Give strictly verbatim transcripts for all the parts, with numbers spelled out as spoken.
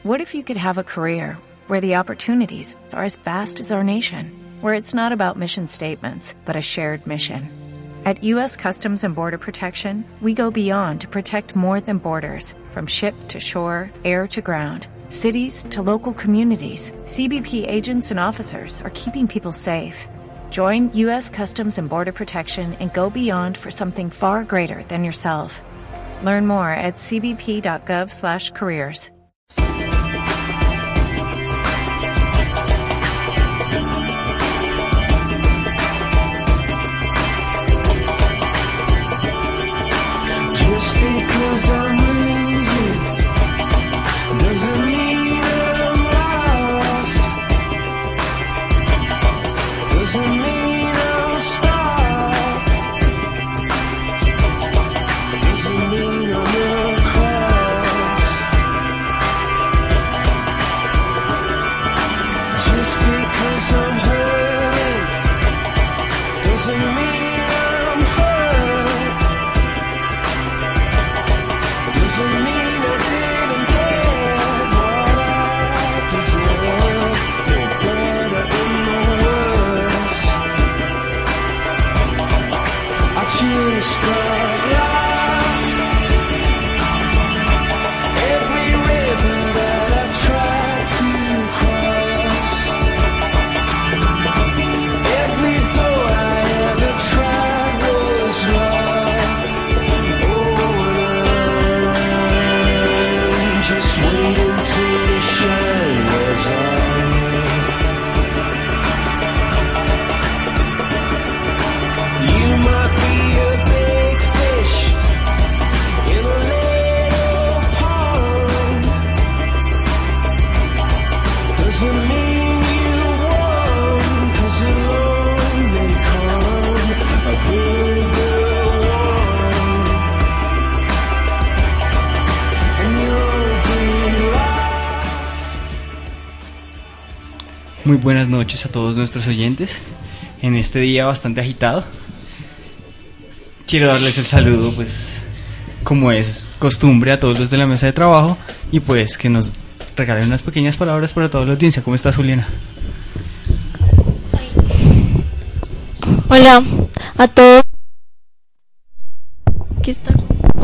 What if you could have a career where the opportunities are as vast as our nation, where it's not about mission statements, but a shared mission? At U S Customs and Border Protection, we go beyond to protect more than borders, from ship to shore, air to ground, cities to local communities. C B P agents and officers are keeping people safe. Join U S Customs and Border Protection and go beyond for something far greater than yourself. Learn more at c b p dot gov slash careers. Just because I'm losing doesn't mean I'm lost. Doesn't mean I'll stop. Doesn't mean I'm across. Just because I'm hurting doesn't mean I'm hurt. Doesn't mean I didn't get what I deserve. No better and no worse. I just got lost. Every river that I tried to cross, every door I ever tried was locked. Just waiting till the shine wears off. You might be a big fish in a little pond. Doesn't mean you won, 'cause along may come a bigger one, and you'll be lost. Muy buenas noches a todos nuestros oyentes en este día bastante agitado. Quiero darles el saludo, pues, como es costumbre, a todos los de la mesa de trabajo y pues que nos regalen unas pequeñas palabras para toda la audiencia. ¿Cómo estás, Juliana? Hola a todos. Aquí está.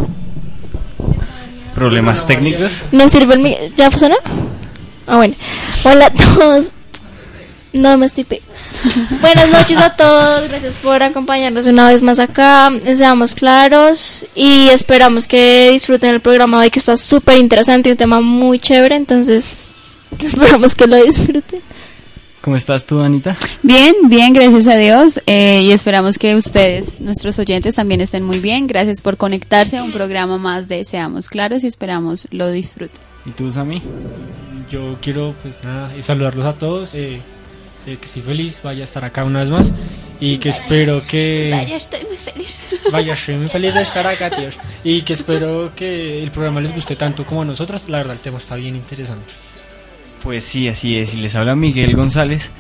¿Problemas técnicos? ¿No sirve el mi... ¿Ya funciona? Ah, bueno. Hola a todos. No me estoy pe... Buenas noches a todos. Gracias por acompañarnos una vez más acá. Seamos claros y esperamos que disfruten el programa de hoy, que está súper interesante y un tema muy chévere. Entonces, esperamos que lo disfruten. ¿Cómo estás tú, Anita? Bien, bien, gracias a Dios, eh, y esperamos que ustedes, nuestros oyentes, también estén muy bien. Gracias por conectarse a un programa más de Seamos Claros y esperamos lo disfruten. ¿Y tú, Sammy? Yo quiero, pues nada, y saludarlos a todos, eh, eh, que estoy feliz, vaya a estar acá una vez más, y que espero que... Vaya, estoy muy feliz. Vaya, estoy muy feliz de estar acá, tíos, y que espero que el programa les guste tanto como a nosotros. La verdad, el tema está bien interesante. Pues sí, así es, y les habla Miguel González.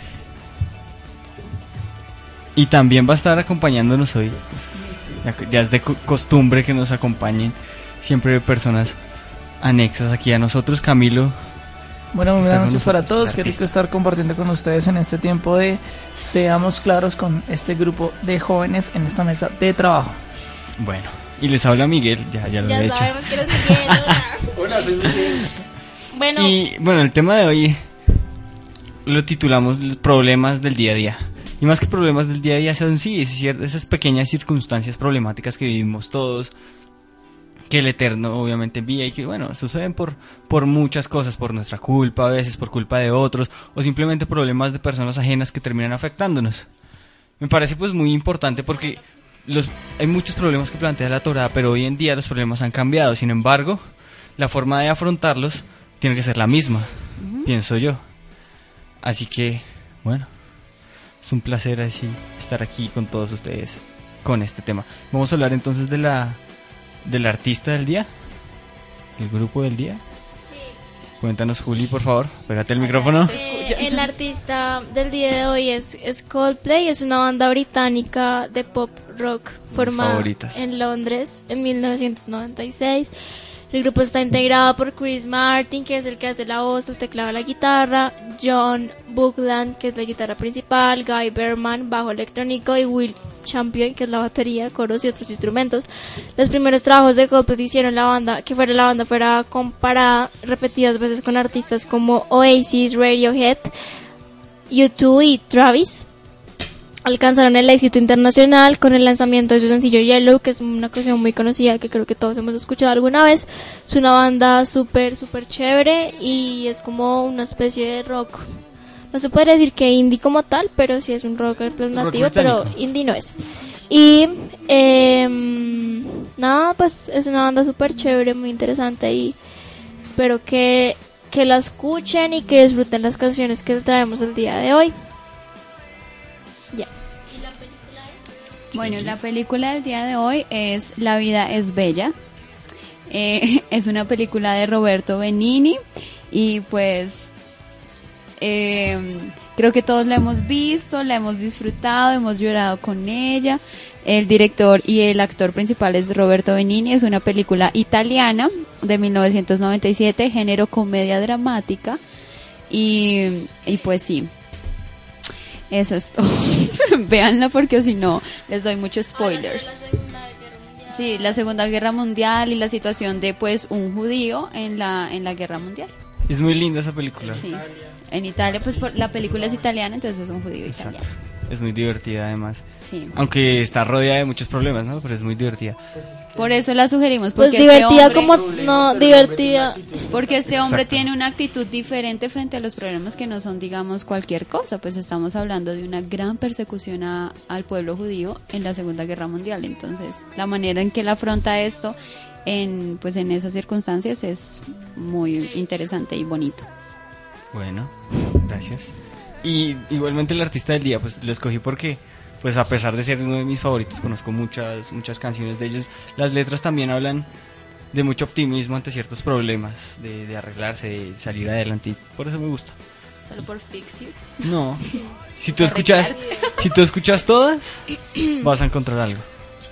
Y también va a estar acompañándonos hoy, pues, ya, ya es de co- costumbre que nos acompañen siempre personas anexas aquí a nosotros. Camilo. Bueno, muy buenas noches para todos. Qué artistas. rico estar compartiendo con ustedes en este tiempo de Seamos Claros con este grupo de jóvenes en esta mesa de trabajo. Bueno, y les habla Miguel, ya, ya lo Ya he hecho. sabemos que eres Miguel. Hola. Hola, soy Miguel. Bueno, Y bueno, el tema de hoy lo titulamos los problemas del día a día. Y más que problemas del día a día son sí, es cierto, esas pequeñas circunstancias problemáticas que vivimos todos, que el Eterno obviamente envía y que bueno, suceden por, por muchas cosas, por nuestra culpa, a veces por culpa de otros, o simplemente problemas de personas ajenas que terminan afectándonos. Me parece pues muy importante porque los, hay muchos problemas que plantea la Torá, pero hoy en día los problemas han cambiado. Sin embargo, la forma de afrontarlos tiene que ser la misma, uh-huh. pienso yo. Así que, bueno, es un placer así estar aquí con todos ustedes con este tema. Vamos a hablar entonces de la del artista del día, el grupo del día. sí. Cuéntanos, Juli, por favor, pégate el micrófono. Eh, el artista del día de hoy es, es Coldplay, es una banda británica de pop rock Mis formada favoritas. en Londres en mil novecientos noventa y seis. El grupo está integrado por Chris Martin, que es el que hace la voz, el teclado, la guitarra, John Buckland, que es la guitarra principal, Guy Berman, bajo electrónico, y Will Champion, que es la batería, coros y otros instrumentos. Los primeros trabajos de Coldplay hicieron la banda, que fuera la banda fuera comparada repetidas veces con artistas como Oasis, Radiohead, U dos y Travis. Alcanzaron el éxito internacional con el lanzamiento de su sencillo Yellow, que es una canción muy conocida que creo que todos hemos escuchado alguna vez. Es una banda súper, súper chévere y es como una especie de rock. No se puede decir que indie como tal, pero sí es un rock alternativo, Rock pero británico. indie no es. Y eh, nada, pues es una banda súper chévere, muy interesante y espero que, que la escuchen y que disfruten las canciones que traemos el día de hoy. Ya. Bueno, la película del día de hoy es La vida es bella. Eh, es una película de Roberto Benigni y pues eh, creo que todos la hemos visto, la hemos disfrutado, hemos llorado con ella. El director y el actor principal es Roberto Benigni. Es una película italiana de mil novecientos noventa y siete, género comedia dramática y, y pues sí. Eso es todo. Véanla porque si no les doy muchos spoilers. Sí, la Segunda Guerra Mundial y la situación de pues un judío en la en la Guerra Mundial. Es muy linda esa película. Sí. En Italia pues por, la película es italiana, entonces es un judío Exacto. italiano. Es muy divertida además. Sí. Aunque está rodeada de muchos problemas, ¿no? Pero es muy divertida. Por eso la sugerimos Pues porque divertida este hombre, como, no, divertida. porque este hombre Exacto. tiene una actitud diferente frente a los problemas que no son, digamos, cualquier cosa. Pues estamos hablando de una gran persecución a, al pueblo judío en la Segunda Guerra Mundial. Entonces, la manera en que él afronta esto en, pues, en esas circunstancias es muy interesante y bonito. Bueno, gracias. Y igualmente el artista del día, pues lo escogí porque, pues a pesar de ser uno de mis favoritos, conozco muchas muchas canciones de ellos. Las letras también hablan de mucho optimismo ante ciertos problemas, de, de arreglarse, de salir adelante. Y por eso me gusta. Solo por Fix You. No, si tú escuchas, si tú escuchas todas, vas a encontrar algo.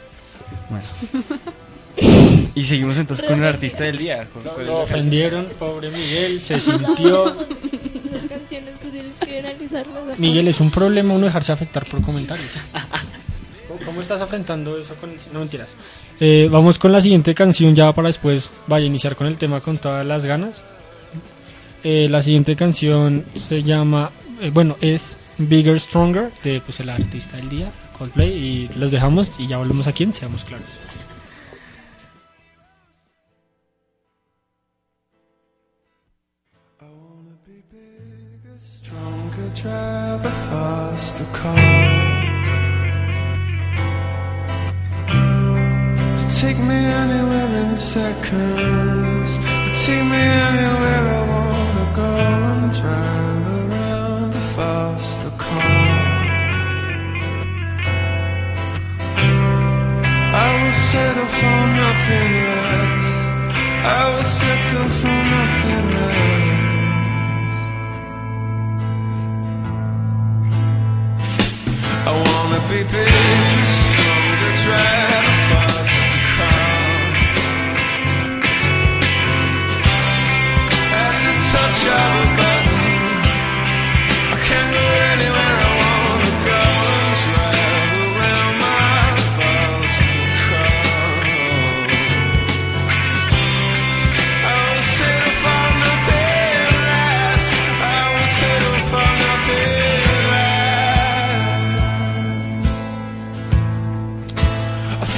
Bueno. Y seguimos entonces con el artista del día. ¿Cuál- cuál es Lo la canción? ofendieron, pobre Miguel, se sintió. Las canciones tú tienes que analizarlas. Miguel, es un problema uno dejarse afectar por comentarios. ¿Cómo- ¿Cómo estás afrontando eso con no mentiras? Eh, vamos con la siguiente canción ya para después vaya a iniciar con el tema con todas las ganas. Eh, la siguiente canción se llama, eh, bueno, es Bigger Stronger de pues el artista del día, Coldplay, y los dejamos y ya volvemos aquí en Seamos Claros. Stronger, drive a faster car to take me anywhere in seconds, to take me anywhere I wanna go and drive around a faster car. I will settle for nothing less, I will settle for nothing less. I wanna be bigger, stronger, drive a faster car. At the touch of a button, I can go anywhere I wanna go and drive around my faster car. I will settle for nothing less, I will settle for nothing less.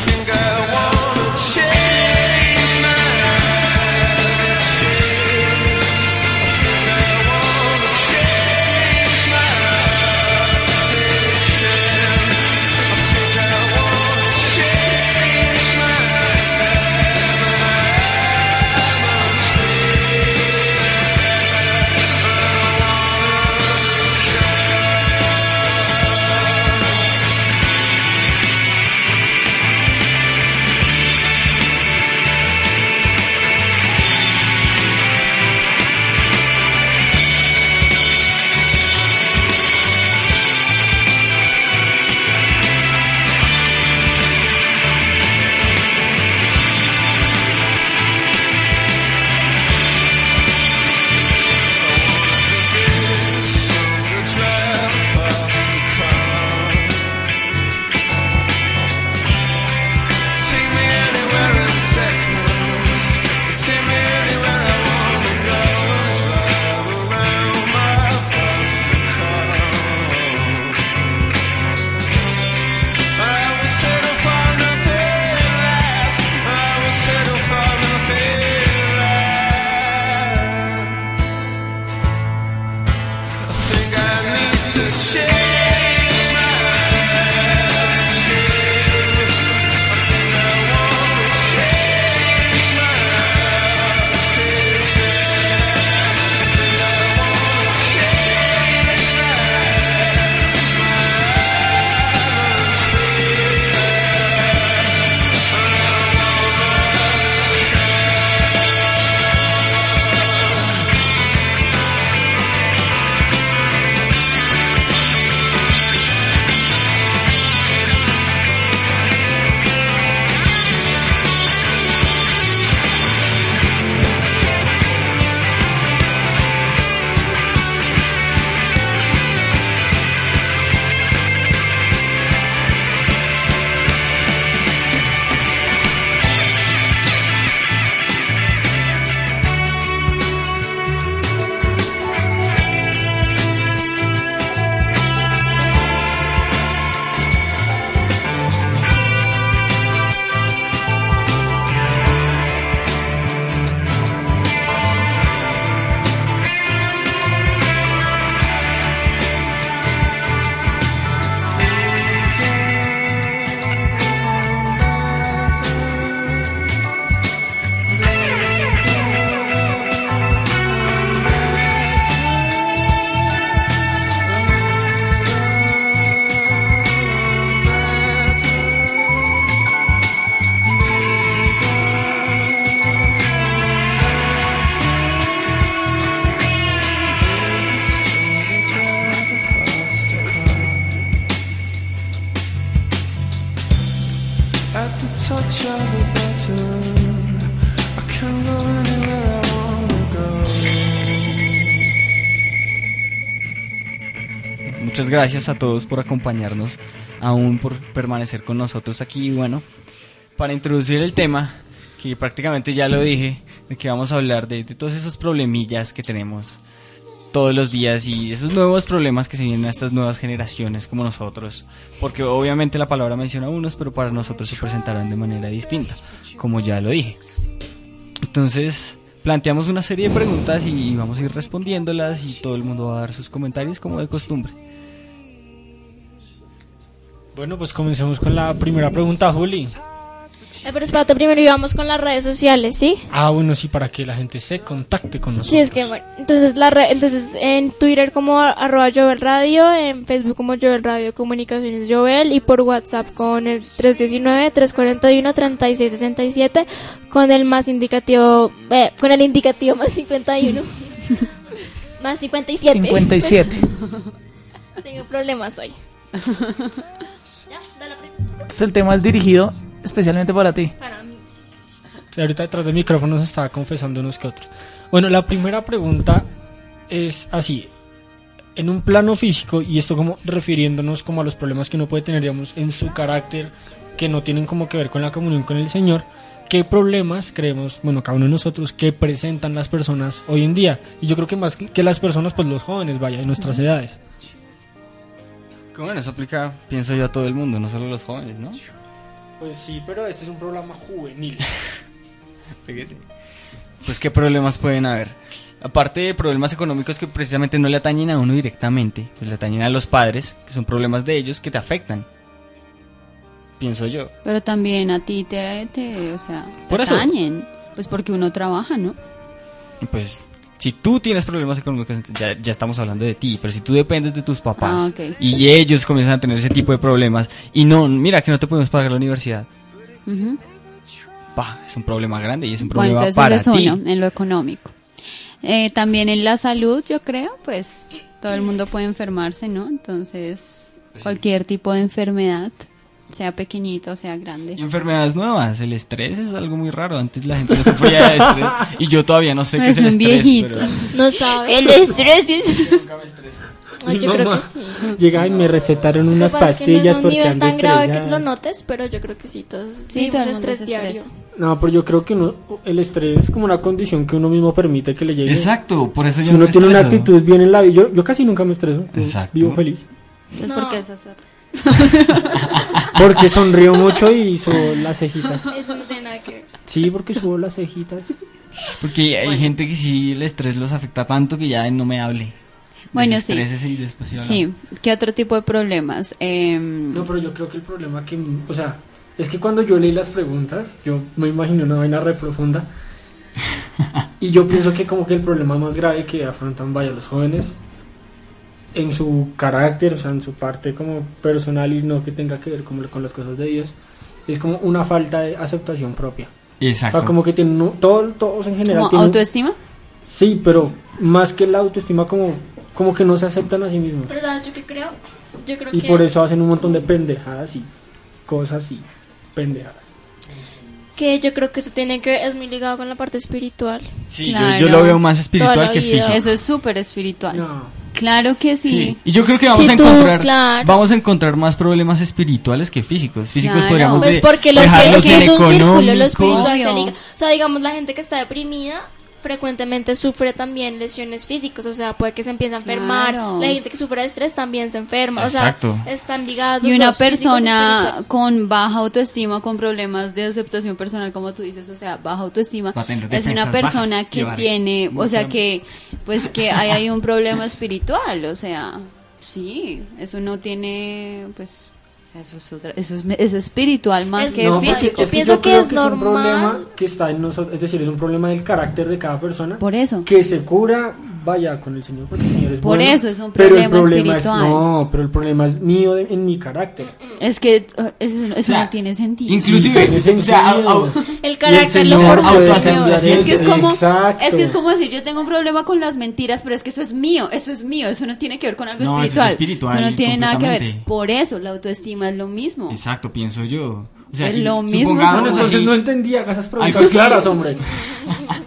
muchas gracias a todos por acompañarnos, aún por permanecer con nosotros aquí. Y bueno, para introducir el tema, que prácticamente ya lo dije, de que vamos a hablar de, de todos esos problemillas que tenemos todos los días y esos nuevos problemas que se vienen a estas nuevas generaciones como nosotros, porque obviamente la palabra menciona a unos, pero para nosotros se presentarán de manera distinta, como ya lo dije. Entonces planteamos una serie de preguntas y vamos a ir respondiéndolas y todo el mundo va a dar sus comentarios como de costumbre. Bueno, pues comencemos con la primera pregunta, Juli. Eh, pero espérate, primero íbamos con las redes sociales, ¿sí? Ah, bueno, sí, para que la gente se contacte con nosotros. Sí, es que bueno, entonces la re- entonces en Twitter como arroba Jovel Radio, en Facebook como Jovel Radio Comunicaciones Jovel y por WhatsApp con el tres uno nueve, tres cuatro uno, tres seis seis siete con el más indicativo, eh, con el indicativo más cincuenta y uno. Más cincuenta y siete. cincuenta y siete. Tengo problemas hoy. Ya, dale la primera. Entonces el tema es dirigido especialmente para ti. Para mí, sí, sí, sí. Sí, ahorita detrás del micrófono se estaba confesando unos que otros. Bueno, la primera pregunta es así. En un plano físico, y esto como refiriéndonos como a los problemas que uno puede tener, digamos, en su carácter, que no tienen como que ver con la comunión con el Señor, ¿qué problemas creemos, bueno, cada uno de nosotros, que presentan las personas hoy en día? Y yo creo que más que las personas, pues los jóvenes, vaya, de nuestras uh-huh. edades. Que bueno, eso aplica, pienso yo, a todo el mundo, no solo a los jóvenes, ¿no? Pues sí, pero este es un programa juvenil. Pues qué problemas pueden haber. Aparte de problemas económicos que precisamente no le atañen a uno directamente, pues le atañen a los padres, que son problemas de ellos que te afectan. Pienso yo. Pero también a ti te, te o sea, te Por eso. atañen, pues porque uno trabaja, ¿no? Pues si tú tienes problemas económicos, ya, ya estamos hablando de ti, pero si tú dependes de tus papás ah, okay. y ellos comienzan a tener ese tipo de problemas y no, mira que no te podemos pagar la universidad, uh-huh. bah, es un problema grande y es un problema bueno, entonces para es ti. uno, en lo económico. Eh, también en la salud, yo creo, pues todo el mundo puede enfermarse, ¿no? Entonces, cualquier tipo de enfermedad, sea pequeñita o sea grande. Y enfermedades nuevas, el estrés es algo muy raro. Antes la gente no sufría de estrés y yo todavía no sé qué es el un estrés. Viejito. Pero... No sabe. El estrés es... Nunca me estreso. Ay, yo No, creo ma. que sí. Llega y me recetaron Lo que unas pasa es que no pastillas es un porque nivel ando tan grave que estresada. te lo notes, pero yo creo que sí, todos Sí, todo el mundo estrés se diario. estresa. No, pero yo creo que uno, el estrés es como una condición que uno mismo permite que le llegue. Exacto, por eso yo Si no uno me tiene una estreso. actitud bien en la vida, yo, yo casi nunca me estreso. yo Exacto. Vivo feliz. Es No. porque es hacer. Porque sonrío mucho y subo las cejitas. Eso no tiene nada que ver. Sí, porque subo las cejitas. Porque hay Bueno. gente que sí el estrés los afecta tanto que ya no me hable. Bueno, sí. Desestrésese y después sí hablamos. Sí, ¿qué otro tipo de problemas? Eh, No, pero yo creo que el problema que... O sea, es que cuando yo leí las preguntas, yo me imaginé una vaina re profunda. Y yo pienso que como que el problema más grave que afrontan, vaya, los jóvenes en su carácter, o sea, en su parte como personal y no que tenga que ver como con las cosas de Dios, es como una falta de aceptación propia. Exacto. O sea, como que tienen, un- todo, todos en general ¿Como tienen... autoestima? Sí, pero más que la autoestima como, como que no se aceptan a sí mismos. Pero ¿sabes yo qué creo? Yo creo Y que... por eso hacen un montón de pendejadas y cosas y pendejadas. que yo creo que eso tiene que ver, es muy ligado con la parte espiritual. Sí, Claro. yo, yo lo veo más Toda espiritual la que vida. físico. Eso es súper espiritual. No. Claro que sí. Sí. Y yo creo que vamos Sí, a tú, encontrar claro. vamos a encontrar más problemas espirituales que físicos. Físicos Claro. podríamos Pues de- porque lo dejarlos espiritual en es un círculo, lo económicos. espiritual se Obvio. liga. O sea, digamos, la gente que está deprimida frecuentemente sufre también lesiones físicas, o sea, puede que se empiece a enfermar. Claro. La gente que sufre de estrés también se enferma, Exacto. o sea, están ligados. Y una los físicos y persona espirituales. con baja autoestima, con problemas de aceptación personal, como tú dices, o sea, baja autoestima, Va a tener es una defensas persona bajas, que llevar tiene, o sea, mucha- que, pues que hay, hay un problema espiritual, o sea, sí, eso no tiene, pues, o sea, eso es, otra- eso es, eso es espiritual más Es- que No, porque físico. Yo pienso yo que creo es un normal. problema que está en nosotros, es decir, es un problema del carácter de cada persona. Por eso. Que se cura, vaya, con el Señor, porque el Señor es Por bueno. eso es un pero el problema problema es- espiritual. no, pero el problema es mío de- en mi carácter. Es que uh, eso, eso O sea, no tiene sentido. Inclusive, Tiene o sea, sentido. au- au- El Y carácter el lo Señor forma puede el autoaceptar Señor. Es que es como, Exacto. es que es como decir, yo tengo un problema con las mentiras, pero es que eso es mío, eso es mío, eso no tiene que ver con algo No, eso es espiritual. espiritual, Eso no tiene nada que ver. completamente. Por eso la autoestima es lo mismo. Exacto, pienso yo. O sea, Es si lo mismo, supongamos Bueno, entonces así- no entendía esas preguntas Algo así. claras, hombre.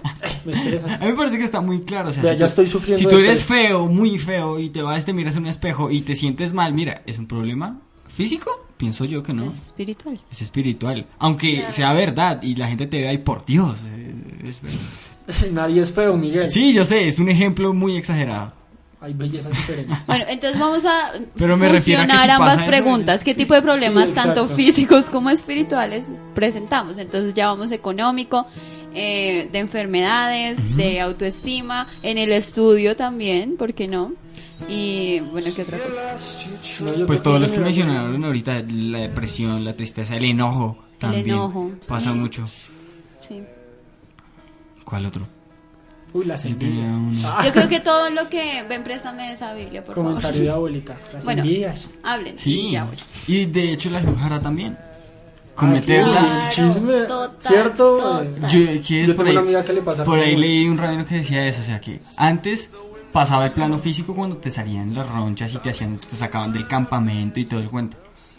me estresa. A mí me parece que está muy claro. O sea, Vea, si ya tú- estoy sufriendo Si tú de eres estrés. feo, muy feo, y te vas, te miras en un espejo y te sientes mal, mira, ¿es un problema físico? Pienso yo que no. Es espiritual. Es espiritual. Aunque sea verdad y la gente te vea y por Dios, eh, es verdad. Nadie es feo, Miguel. Sí, yo sé, es un ejemplo muy exagerado. Hay bellezas diferentes. Bueno, entonces vamos a Pero me refiero a que fusionar si ambas pasa eso, preguntas. es- ¿Qué tipo de problemas, Sí, tanto exacto. físicos como espirituales, presentamos? Entonces ya vamos económico, eh, de enfermedades, de autoestima, en el estudio también, ¿por qué no? Y bueno, ¿qué otra cosa? No, yo Pues creo todos que los que generalmente- mencionaron ahorita, la depresión, la tristeza, el enojo, también enojo, pasa sí. mucho. Sí. ¿Cuál otro? Uy, las Yo tenía envidias. uno. Ah, Yo creo que todo lo que... Ven, préstame esa Biblia, por comentario favor. de abuelita. Las Bueno, envidias. hablen. Sí, y ya voy. y de hecho la Jara también. Ah, Cometerla. sí, el chisme, Total, ¿cierto? total. Yo, que es Yo por tengo ahí, una amiga que le pasa por lo ahí mismo. leí un rabino que decía eso, o sea que antes pasaba el plano físico cuando te salían las ronchas y te hacían, te sacaban del campamento y todo el cuento.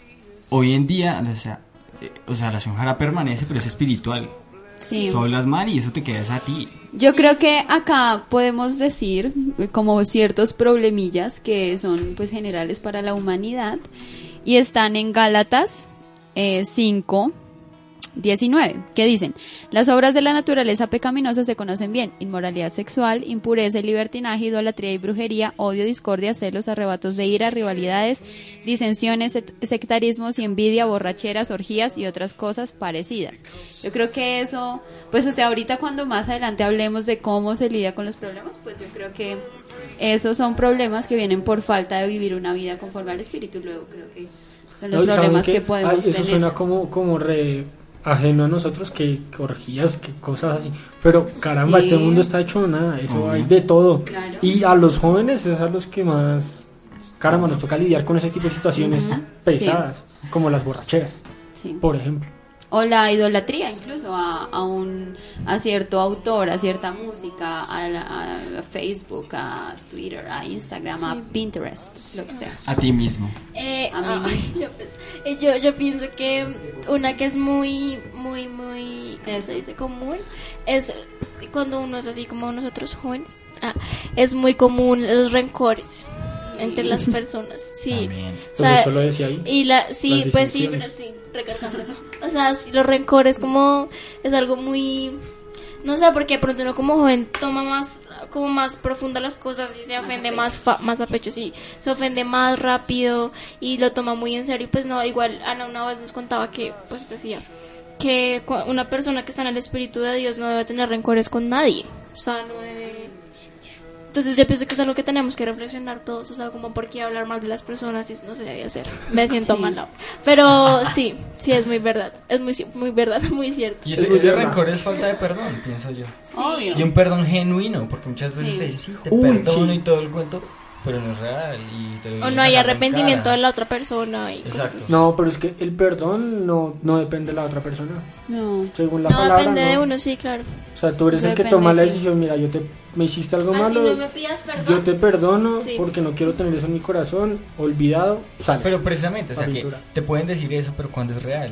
Hoy en día, o sea, eh, o sea la Jara permanece, pero es espiritual. Sí. Tú hablas mal y eso te quedas a ti. Yo creo que acá podemos decir eh, como ciertos problemillas que son pues generales para la humanidad y están en Gálatas eh, cinco diecinueve, que dicen: las obras de la naturaleza pecaminosa se conocen bien: inmoralidad sexual, impureza y libertinaje, idolatría y brujería, odio, discordia, celos, arrebatos de ira, rivalidades, disensiones, sect- sectarismos y envidia, borracheras, orgías y otras cosas parecidas. Yo creo que eso, pues o sea, ahorita cuando más adelante hablemos de cómo se lidia con los problemas, pues yo creo que esos son problemas que vienen por falta de vivir una vida conforme al espíritu. Luego creo que son los No, ¿y saben problemas qué? que podemos Ay, eso tener. suena como, como re ajeno a nosotros, que, que orgías, que cosas así. Pero caramba, Sí. este mundo está hecho de nada. Eso Obvio. hay de todo. Claro. Y a los jóvenes es a los que más, caramba, nos toca lidiar con ese tipo de situaciones Ujú. pesadas, como las borracheras, Sí. por ejemplo. O la idolatría, incluso a, a un a cierto autor, a cierta música, a, la- a Facebook, a Twitter, a Instagram, a Pinterest, lo que sea. A ti mismo. Eh, A mí ay, mismo. yo, pues, eh, yo, yo pienso que una que es muy, muy, muy, ¿cómo se dice? Común, es cuando uno es así como nosotros jóvenes, ah, es muy común los rencores entre las personas, sí. También. O sea, Pues eso lo decía ahí. y la, sí, Las pues sí, pero distinciones. sí, recargándolo. O sea, sí, los rencores como, es algo muy, no sé, porque de pronto uno como joven toma más, como más profunda las cosas y se ofende más, fa- más a pecho, sí, se ofende más rápido y lo toma muy en serio. Y pues no, igual Ana una vez nos contaba que, pues decía, que cu- una persona que está en el Espíritu de Dios no debe tener rencores con nadie, o sea, no debe... Entonces yo pienso que es algo que tenemos que reflexionar todos, o sea, como por qué hablar mal de las personas y eso no se debe hacer. Me siento Sí. mal ahora. Pero sí, sí es muy verdad, es muy ci- muy verdad, muy cierto. Y Es ese, muy ese verdad. rencor es falta de perdón, pienso yo. Obvio. Y un perdón genuino, porque muchas veces Sí. te dicen, sí, te Uy, perdono sí. y todo el cuento, pero no es real. Y te lo O vienen no hay sacando en arrepentimiento cara. de la otra persona y cosas Exacto. así. No, pero es que el perdón no, no depende de la otra persona. No. Según la No palabra. depende de no. uno, sí, claro. O sea, tú eres Eso el que depende toma la de ti. decisión. Mira, yo te me hiciste algo Así malo. no me pidas perdón. Yo te perdono Sí. porque no quiero tener eso en mi corazón. Olvidado, sale. Pero precisamente, o sea, que Aventura. te pueden decir eso, pero cuando es real.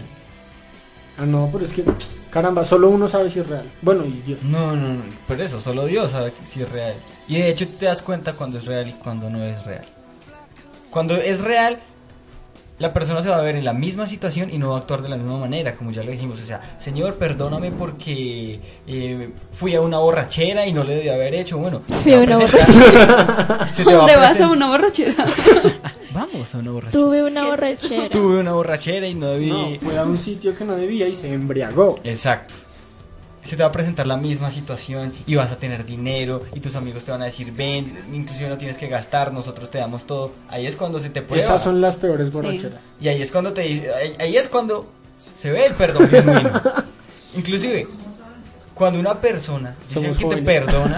Ah, no, pero es que, caramba, solo uno sabe si es real. Bueno, y Dios. No, no, no, por eso, solo Dios sabe que si es real. Y de hecho te das cuenta cuando es real y cuando no es real. Cuando es real, la persona se va a ver en la misma situación y no va a actuar de la misma manera, como ya lo dijimos. O sea, Señor, perdóname porque eh, fui a una borrachera y no le debí haber hecho. Bueno, se Fui te a va una presentar- se te va ¿Dónde vas a presentar- una borrachera? Vamos a una borrachera. Tuve una borrachera. Tuve una borrachera y no debí... No, fue a un sitio que no debía y se embriagó. Exacto. Se te va a presentar la misma situación y vas a tener dinero y tus amigos te van a decir, ven, inclusive no tienes que gastar, nosotros te damos todo. Ahí es cuando se te prueba. Esas son las peores borracheras. Y ahí es cuando te dice- ahí, ahí es cuando se ve el perdón genuino. Inclusive, cuando una persona dice Somos que te jóvenes. perdona,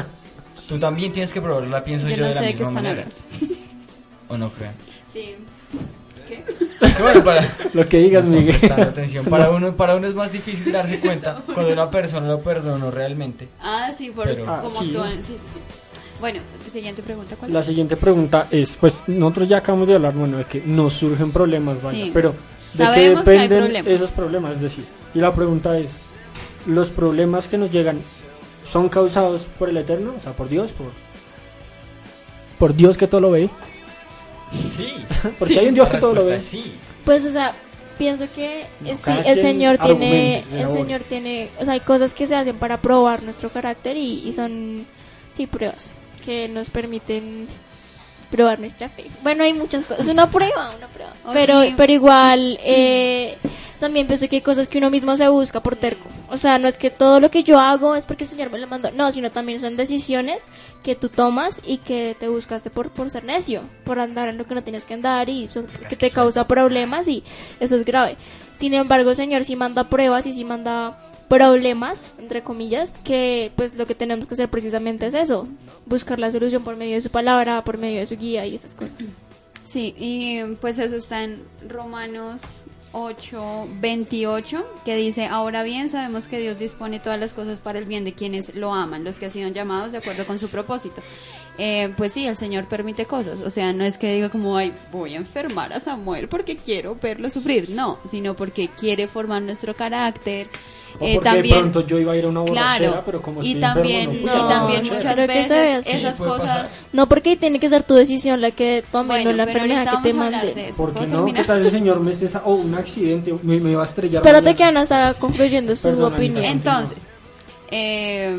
tú también tienes que probarla, pienso yo, Yo no de la sé de qué misma están manera. hablando. ¿O no crean? Sí. ¿Qué? Que bueno, para... Lo que digas, No están Miguel. prestando atención. Para uno, para uno es más difícil darse cuenta cuando una persona lo perdonó realmente. Ah, sí, por Pero- cómo Ah, sí. actúan. Sí, sí, sí. Bueno, siguiente pregunta, ¿cuál La es? siguiente pregunta es, pues nosotros ya acabamos de hablar, bueno, de que nos surgen problemas, vaya, Sí. pero ¿de Sabemos qué que hay dependen problemas. esos problemas? Es decir, y la pregunta es, ¿los problemas que nos llegan son causados por el Eterno, o sea, por Dios, por, por Dios que todo lo ve. Sí. Porque Sí, hay un Dios la que todo lo ve. respuesta es sí. Pues, o sea, pienso que No, eh, sí, cada el quien Señor tiene, argumente, el elabore. Señor tiene, o sea, hay cosas que se hacen para probar nuestro carácter y, y son, sí, pruebas que nos permiten probar nuestra fe. Bueno, hay muchas cosas, es una prueba, una prueba. Pero, Oye. pero igual, eh, también pienso que hay cosas que uno mismo se busca por terco. O sea, no es que todo lo que yo hago es porque el Señor me lo mandó, no, sino también son decisiones que tú tomas y que te buscaste por, por ser necio, por andar en lo que no tienes que andar y eso que te causa problemas y eso es grave. Sin embargo, el Señor sí manda pruebas y sí manda problemas, entre comillas, que pues lo que tenemos que hacer precisamente es eso, buscar la solución por medio de su palabra, por medio de su guía y esas cosas. Sí, y pues eso está en Romanos ocho veintiocho, que dice: ahora bien, sabemos que Dios dispone todas las cosas para el bien de quienes lo aman, los que han sido llamados de acuerdo con su propósito. Eh, pues sí, el Señor permite cosas, o sea, no es que diga como, ay, voy a enfermar a Samuel porque quiero verlo sufrir, no, sino porque quiere formar nuestro carácter. O Eh, porque también, de pronto yo iba a ir a una borrachera, claro, pero como y estoy también, enfermo, y no fui a una también borrachera. muchas Creo que eso veces es, esas sí, puede cosas... pasar. No porque tiene que ser tu decisión la que tome, Bueno, no la pero ahorita enfermedad que te vamos a hablar mande. de eso. Porque ¿Puedo no, terminar? ¿qué tal el Señor me esté... O oh, un accidente, me, me va a estrellar. Espérate mañana. que Ana está concluyendo su Perdona, opinión. Anita. Entonces, eh,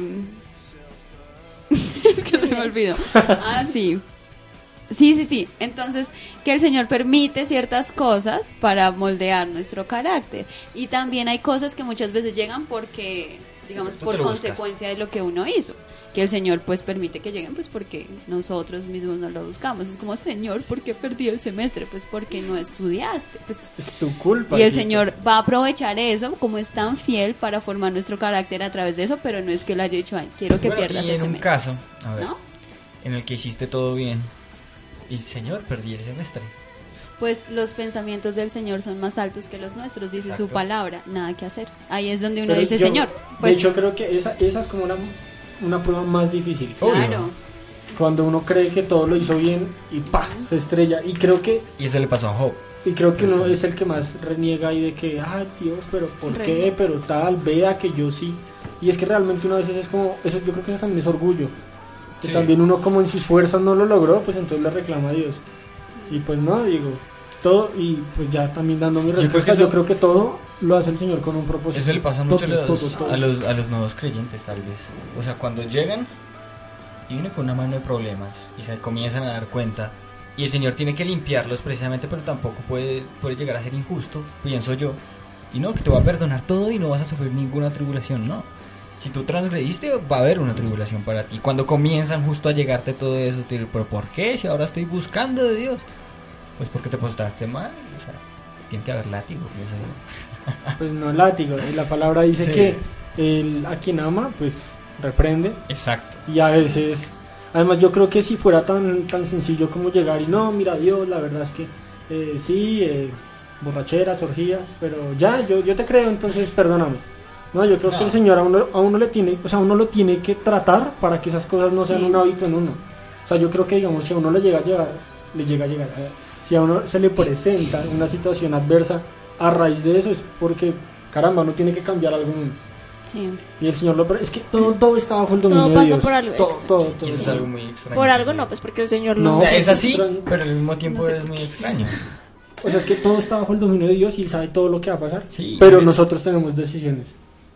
es que se me olvidó. Ah, sí. Sí, sí, sí. Entonces, que el Señor permite ciertas cosas para moldear nuestro carácter. Y también hay cosas que muchas veces llegan porque, digamos, Tú te por lo buscas. consecuencia de lo que uno hizo. Que el Señor pues permite que lleguen pues porque nosotros mismos no lo buscamos. Es como, Señor, ¿por qué perdí el semestre? Pues porque no estudiaste. Pues Es tu culpa. y el Tito. Señor va a aprovechar eso, como es tan fiel, para formar nuestro carácter a través de eso, pero no es que lo haya dicho, ay, quiero que Bueno, pierdas y el en un semestre. caso, a ver, ¿No? en el que hiciste todo bien y Señor, perdí el semestre. Pues los pensamientos del Señor son más altos que los nuestros, dice su Exacto. palabra, nada que hacer. Ahí es donde uno Pero dice, yo- Señor, de pues hecho, creo que esa, esa es como una, una prueba más difícil. claro, Cuando uno cree que todo lo hizo bien y ¡pah! Se estrella. Y creo que Y eso le pasó a Job. y creo que Sí, uno sí. es el que más reniega y de que, ay Dios, pero ¿por Reniega. qué? Pero tal, vea que yo sí. Y es que realmente una vez es como, eso, yo creo que eso también es orgullo. Que Sí. también uno como en sus fuerzas no lo logró, pues entonces le reclama a Dios. Y pues no, digo, todo, y pues ya también dando mi creo que respuesta, eso- yo creo que todo lo hace el Señor con un propósito. Eso le pasa Todo, mucho a los, todo, todo. a los a los nuevos creyentes, tal vez. O sea, cuando llegan y vienen con una mano de problemas y se comienzan a dar cuenta y el Señor tiene que limpiarlos precisamente, pero tampoco puede, puede llegar a ser injusto, pienso yo. Y no, que te va a perdonar todo y no vas a sufrir ninguna tribulación, no. Si tú transgrediste, va a haber una tribulación para ti. Cuando comienzan justo a llegarte todo eso, te digo, ¿pero por qué? Si ahora estoy buscando de Dios. Pues porque te postraste mal, o sea, tiene que haber látigo, pienso yo. Pues no látigo, la palabra dice Sí. que el, a quien ama, pues reprende. Exacto. Y a veces, además yo creo que si fuera tan tan sencillo como llegar y no, mira Dios, la verdad es que eh, sí, eh, borracheras, orgías, pero ya, yo, yo te creo, entonces perdóname. No, yo creo No. que el Señor a uno, a uno le tiene, o sea, a uno lo tiene que tratar para que esas cosas no sean Sí. un hábito en uno. O sea, yo creo que digamos, si a uno le llega a llegar, le llega a llegar, a- si a uno se le presenta una situación adversa a raíz de eso es porque, caramba, uno tiene que cambiar algo en uno. sí. Y el Señor lo... Es que todo, todo está bajo el dominio Todo de pasa Dios. por algo, Todo, exacto. todo, todo. Y eso es algo muy extraño. Por algo sí. no, pues porque el Señor No, O lo... sea, es pues, así, extraño. pero al mismo tiempo No sé es por muy qué. extraño. O sea, es que todo está bajo el dominio de Dios y Él sabe todo lo que va a pasar. Sí. Pero nosotros tenemos decisiones.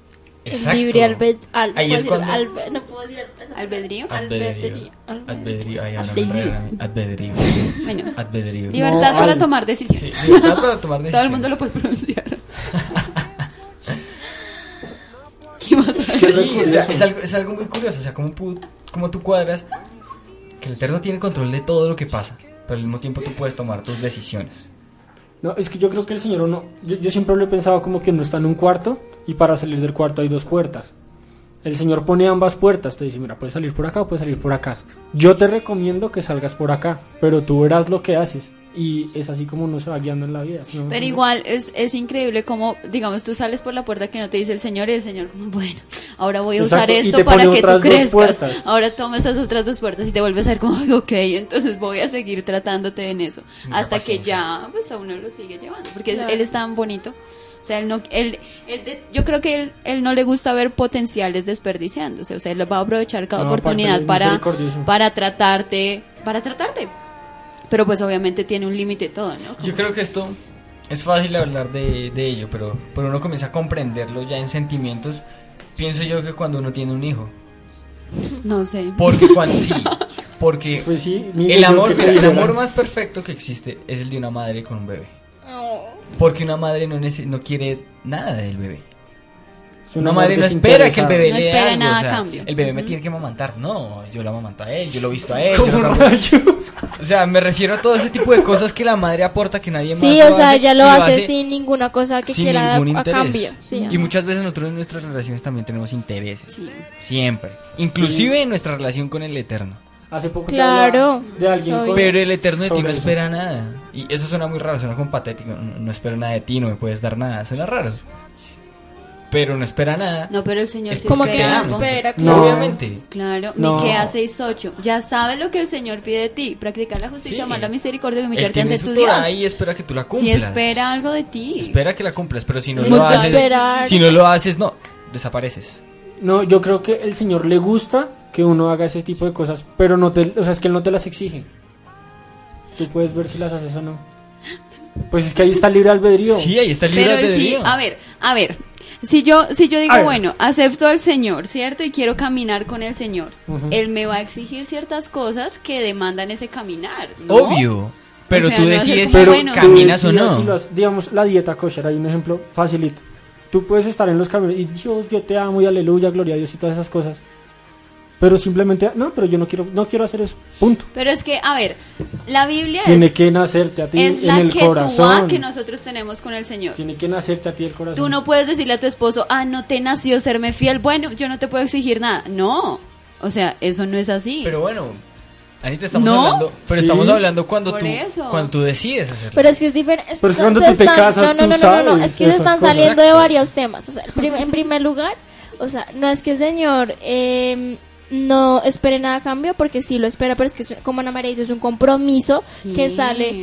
Es libre albed... al- Ahí no es puedo decir cuando- albe- no puedo decir albed- Albedrío. Albedrío. Albedrío. Albedrío. Ay, ahora Albedrío. me trae a mí. Albedrío. Bueno, Albedrío. libertad No, para al- tomar decisiones. Sí, libertad para tomar decisiones. Todo el mundo lo puede pronunciar. ¿Qué vas a Qué decir? Sí, o sea, es, algo, es algo muy curioso. O sea, como, pu- como tú cuadras que el Eterno tiene control de todo lo que pasa, pero al mismo tiempo tú puedes tomar tus decisiones. No, es que yo creo que el Señor no... Yo, yo siempre lo he pensado como que uno está en un cuarto y para salir del cuarto hay dos puertas. El Señor pone ambas puertas, te dice, mira, puedes salir por acá o puedes salir por acá. Yo te recomiendo que salgas por acá, pero tú verás lo que haces. Y es así como uno se va guiando en la vida. ¿sí? Pero igual es, es increíble como, digamos, tú sales por la puerta que no te dice el Señor y el Señor como, bueno, ahora voy a Exacto, usar y esto te para pone que tú otras dos crezcas. puertas. Ahora toma esas otras dos puertas y te vuelves a ver como, "Ay, ok, entonces voy a seguir tratándote en eso. una Hasta que paciencia. ya, pues a uno lo sigue llevando. Porque es- Claro. Él es tan bonito O sea, él no, él, él de- yo creo que él, él no le gusta ver potenciales desperdiciándose. O sea, él va a aprovechar cada No, aparte, oportunidad él es para, misericordioso. para tratarte, para tratarte. Pero pues obviamente tiene un límite todo, ¿no? Como- Yo creo que esto es fácil hablar de, de ello, pero, pero uno comienza a comprenderlo ya en sentimientos. Pienso yo que cuando uno tiene un hijo. No sé. Porque cuando sí, porque Pues sí, Miguel, el yo amor, que te mira, el dijera. amor más perfecto que existe es el de una madre con un bebé. Oh. Porque una madre no nece- no quiere nada del bebé. Es Una amor madre no espera que el desinteresado. bebé No le dé espera algo, nada o sea, a cambio. el bebé me Ujú. tiene que amamantar. No, yo lo amamanto a él, yo lo he visto a él. yo ¿Cómo lo cargo- rayos? O sea, me refiero a todo ese tipo de cosas que la madre aporta que nadie más Sí, lo o sea, hace, ella y lo hace sin ninguna cosa que sin quiera ningún a interés. cambio. Sí, Y muchas veces nosotros en nuestras relaciones también tenemos intereses. Sí. Siempre. Inclusive en nuestra relación con el Eterno. Hace poco te Claro, hablaba de alguien soy- con- Pero el Eterno de ti sobre no eso. espera nada. Y eso suena muy raro, suena como patético. No, no espero nada de ti, no me puedes dar nada. Suena raro. Pero no espera nada. No, pero el Señor Es sí como que espera que no ama. algo. espera, No. claro. Obviamente. Claro, No. Miqueas seis ocho. Ya sabes lo que el Señor pide de ti. Practicar la justicia, Sí. amar la misericordia y Él humillarte tiene ante su tu Torah Dios. y espera que tú la Si cumplas. espera algo de ti. Espera que la cumplas, pero si no Pues lo va a haces, esperar. si no lo haces, no, desapareces. No, yo creo que el Señor le gusta que uno haga ese tipo de cosas, pero no te, o sea, es que él no te las exige. Tú puedes ver si las haces o no. Pues es que ahí está el libre albedrío. Sí, ahí está el libre Pero él sí, albedrío. a ver, a ver. Si yo, si yo digo, A ver. bueno, acepto al Señor, ¿cierto? Y quiero caminar con el Señor. Ujú. Él me va a exigir ciertas cosas que demandan ese caminar, ¿no? Obvio. Pero O sea, tú no hacer decides como, Pero bueno, tú caminas o decidas no. si lo has- digamos, la dieta kosher, hay un ejemplo facilito. Tú puedes estar en los caminos y Dios, yo te amo y aleluya, gloria a Dios y todas esas cosas. Pero simplemente, no, pero yo no quiero, no quiero hacer eso. Punto. Pero es que, a ver, la Biblia Tiene es, que nacerte a ti es en la el que corazón. que nosotros tenemos con el Señor. Tiene que nacerte a ti el corazón. Tú no puedes decirle a tu esposo, ah, no te nació serme fiel. Bueno, yo no te puedo exigir nada. No. O sea, eso no es así. Pero bueno, Anita, estamos ¿No? hablando, pero Sí. estamos hablando cuando Por tú, eso. cuando tú decides hacerlo. Pero es que es diferente. Pero es que cuando tú te casas, no, no, tú no, no, no, sabes es que se esas están cosas. saliendo de Exacto. varios temas. O sea, el prim- en primer lugar, o sea, no es que el Señor eh, no espere nada a cambio, porque sí lo espera, pero es que es, como Ana María dice, es un compromiso Sí. que sale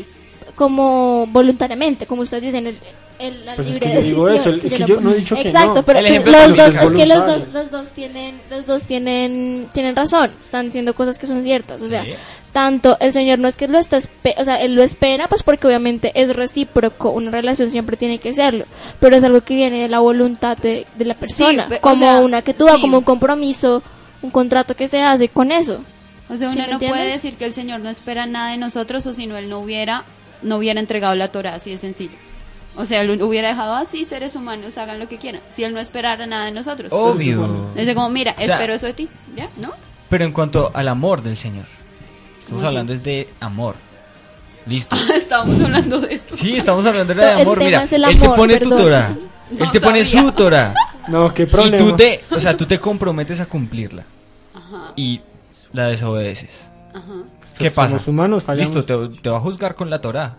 como voluntariamente, como ustedes dicen, el, el- la Pues es libre que yo digo decisión. eso, es que yo no he dicho que Exacto, no. pero El es que ejemplo los que dos, utiliza es que los voluntario. dos, los dos tienen, los dos tienen, tienen razón, están diciendo cosas que son ciertas, o sea, Sí. tanto el Señor no es que lo está, espe- o sea, él lo espera, pues porque obviamente es recíproco, una relación siempre tiene que serlo, pero es algo que viene de la voluntad de, de la persona, pe- o como sea, una que tú, sí. como un compromiso, un contrato que se hace con eso. O sea, ¿Sí uno me no puede entiendes? decir que el Señor no espera nada de nosotros o si no, Él no hubiera, no hubiera entregado la Torah, así de sencillo. O sea, Él hubiera dejado así, seres humanos hagan lo que quieran, si Él no esperara nada de nosotros. Obvio. Es como, mira, sea, espero eso de ti, ¿ya? ¿No? Pero en cuanto al amor del Señor, estamos ¿Cómo así? hablando es de amor. Listo. Estábamos hablando de eso. Sí, estamos hablando de El amor. tema Mira, es el él te amor, pone tu perdón. Torah. No Él te pone sabía. su Torah. No, qué Y problema. tú te, o sea, tú te comprometes a cumplirla Ajá, y la desobedeces. ajá. ¿Qué Pues pasa? somos humanos, fallamos. Listo, te, te va a juzgar con la Torah.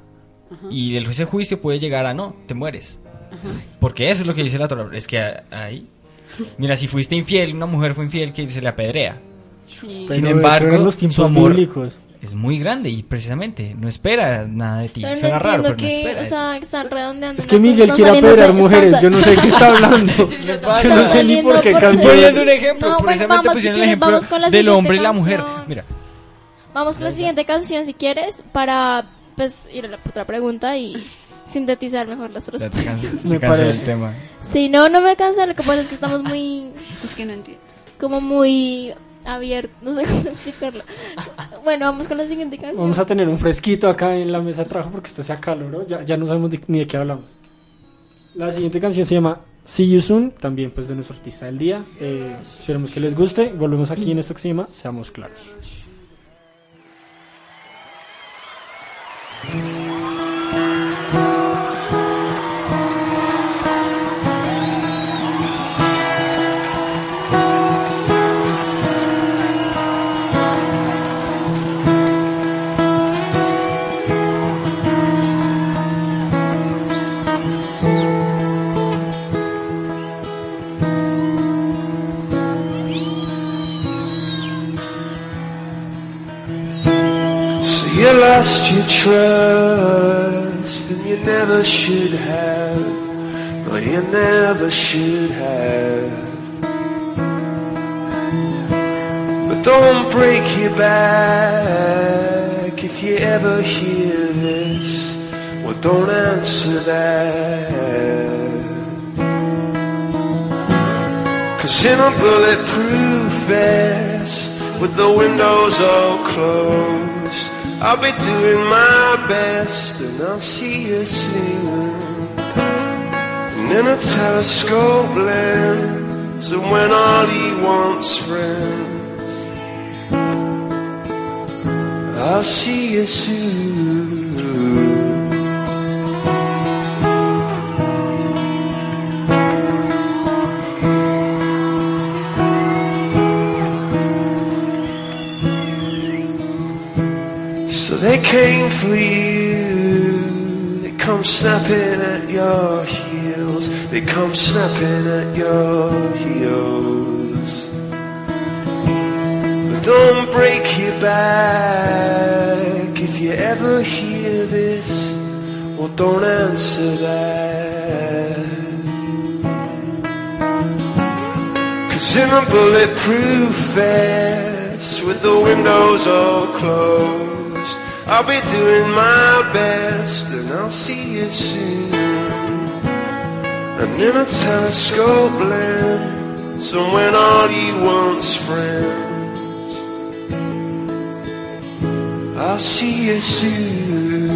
Y el, ese juicio puede llegar a no, te mueres. Porque eso es lo que dice la Torah. Es que a- ahí, mira, si fuiste infiel, una mujer fue infiel, que se le apedrea. Sí. Pero Sin eso embargo, eran los su tiempos amor bíblicos. es muy grande y precisamente no espera nada de ti. Pero no Suena raro, entiendo pero no que, espera. o sea, están redondeando. Es que una cosa, Miguel están quiere saliendo- apedrear están mujeres, sa- yo no sé de qué está hablando. Yo Están no sé ni saliendo por qué por cambió. ser- Poniendo un ejemplo, No, bueno, precisamente vamos, si pusieron el quieres, ejemplo vamos con la del siguiente hombre y la mujer. canción. Mira, Vamos con la siguiente canción si quieres para pues ir a la otra pregunta y sintetizar mejor las ya te respuestas. cansé- Me se cansó el parece. tema. Si no, no me cansa, lo que pasa es que estamos muy, Es que no entiendo. como muy abiertos, no sé cómo explicarlo. Bueno, vamos con la siguiente canción. Vamos a tener un fresquito acá en la mesa de trabajo porque esto se acaloró. Ya, ya no sabemos de- ni de qué hablamos. La siguiente canción se llama See You Soon, también pues de nuestro artista del día. Eh, esperemos que les guste. Volvemos aquí en esto que se llama Seamos Claros. So you lost your trust and you never should have. Well, you never should have. But don't break your back if you ever hear this. Well, don't answer that. 'Cause in a bulletproof vest with the windows all closed, I'll be doing my best and I'll see you soon. And in a telescope lens, and when all he wants friends, I'll see you soon. So they came for you, they come snapping at your heels, they come snapping at your heels. But don't break your back if you ever hear this. Well, don't answer that. 'Cause in a bulletproof vest with the windows all closed, I'll be doing my best and I'll see you soon. And in a telescope lens, and when all you want's friends, I'll see you soon.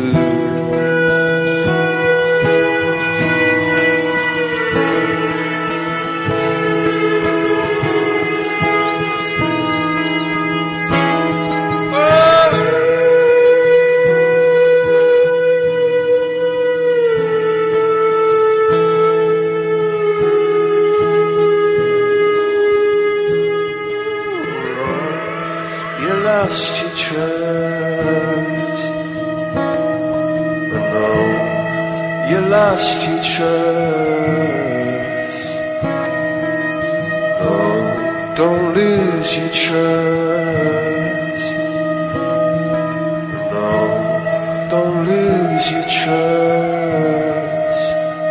Lost your trust. Oh no, you lost your trust. No, don't lose your trust. No, don't lose your trust.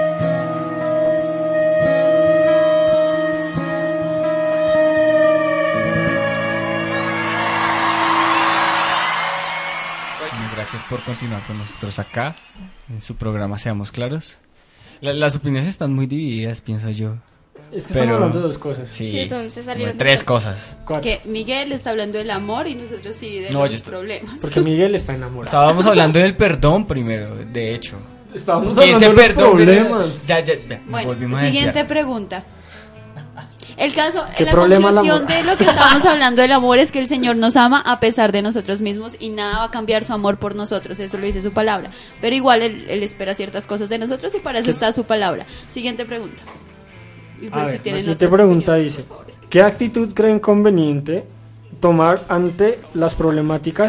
Gracias por continuar con nosotros acá en su programa Seamos Claros. La- las opiniones están muy divididas, pienso yo. Es que Pero- estamos hablando de dos cosas. Sí, Sí, son- se salieron de tres la- cosas. Cuatro. Que Miguel está hablando del amor y nosotros sí de No, los yo estoy- problemas. Porque Miguel está enamorado. Estábamos hablando del perdón primero, de hecho. Estábamos Y hablando ese de los perdón- problemas. Ya, ya, ya, Bueno, volvimos a siguiente desviar. pregunta. El caso, ¿Qué la problema el conclusión amor? de lo que estábamos hablando del amor es que el Señor nos ama a pesar de nosotros mismos y nada va a cambiar su amor por nosotros, eso lo dice su palabra. Pero igual Él, él espera ciertas cosas de nosotros y para eso está su palabra. Siguiente pregunta. Y pues A si ver, la tienen siguiente otras pregunta opiniones, dice: por favor. ¿qué actitud creen conveniente tomar ante las problemáticas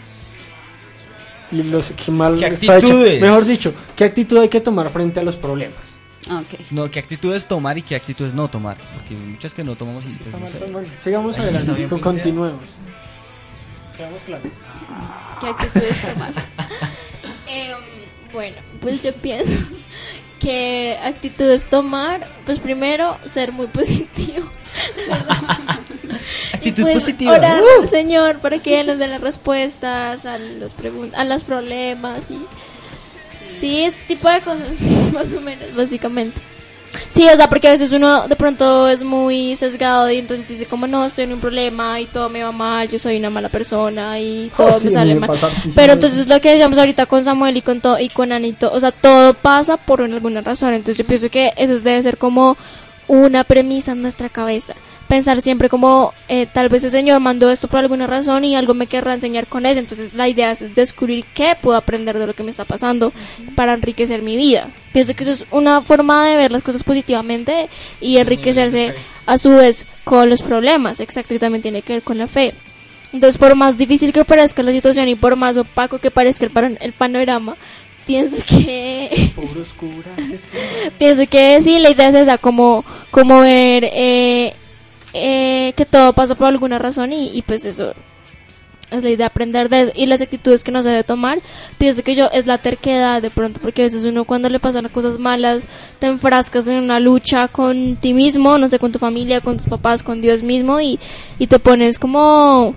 y los que mal ¿Qué está hecho? actitudes? Mejor dicho, ¿qué actitud hay que tomar frente a los problemas? Ah, ok. No, qué actitudes tomar y qué actitudes no tomar. Porque hay muchas que no tomamos y pues, Está no mal, sé. pues, bueno, sigamos Ahí adelante, está bien con- planteado. continuemos. Seamos claros. ¿Qué actitudes tomar? Eh, bueno, pues yo pienso que actitudes tomar, pues primero ser muy positivo. Actitud y pues positiva. orar ¡Uh! al Señor para que Él nos dé las respuestas a los pregun- a los problemas y sí, ese tipo de cosas, más o menos, básicamente. Sí, o sea, porque a veces uno de pronto es muy sesgado y entonces dice como no, estoy en un problema y todo me va mal, yo soy una mala persona y todo Oh, sí, me sale me mal. pasa hartísimo Pero eso. entonces lo que decíamos ahorita con Samuel y con to y con Anito, o sea, todo pasa por alguna razón. Entonces yo pienso que eso debe ser como una premisa en nuestra cabeza. Pensar siempre como eh, tal vez el Señor mandó esto por alguna razón y algo me querrá enseñar con eso. Entonces la idea es descubrir qué puedo aprender de lo que me está pasando para enriquecer mi vida. Pienso que eso es una forma de ver las cosas positivamente y enriquecerse a su vez con los problemas. Exacto, y también tiene que ver con la fe. Entonces, por más difícil que parezca la situación y por más opaco que parezca el, pan- el panorama, pienso que Puro oscura, que sí. pienso que sí, la idea es esa, como, como ver eh, eh, que todo pasa por alguna razón y, y pues eso, es la idea de aprender de eso. Y las actitudes que no se debe tomar, pienso que yo, es la terquedad de pronto, porque a veces uno cuando le pasan cosas malas, te enfrascas en una lucha con ti mismo, no sé, con tu familia, con tus papás, con Dios mismo, y, y te pones como,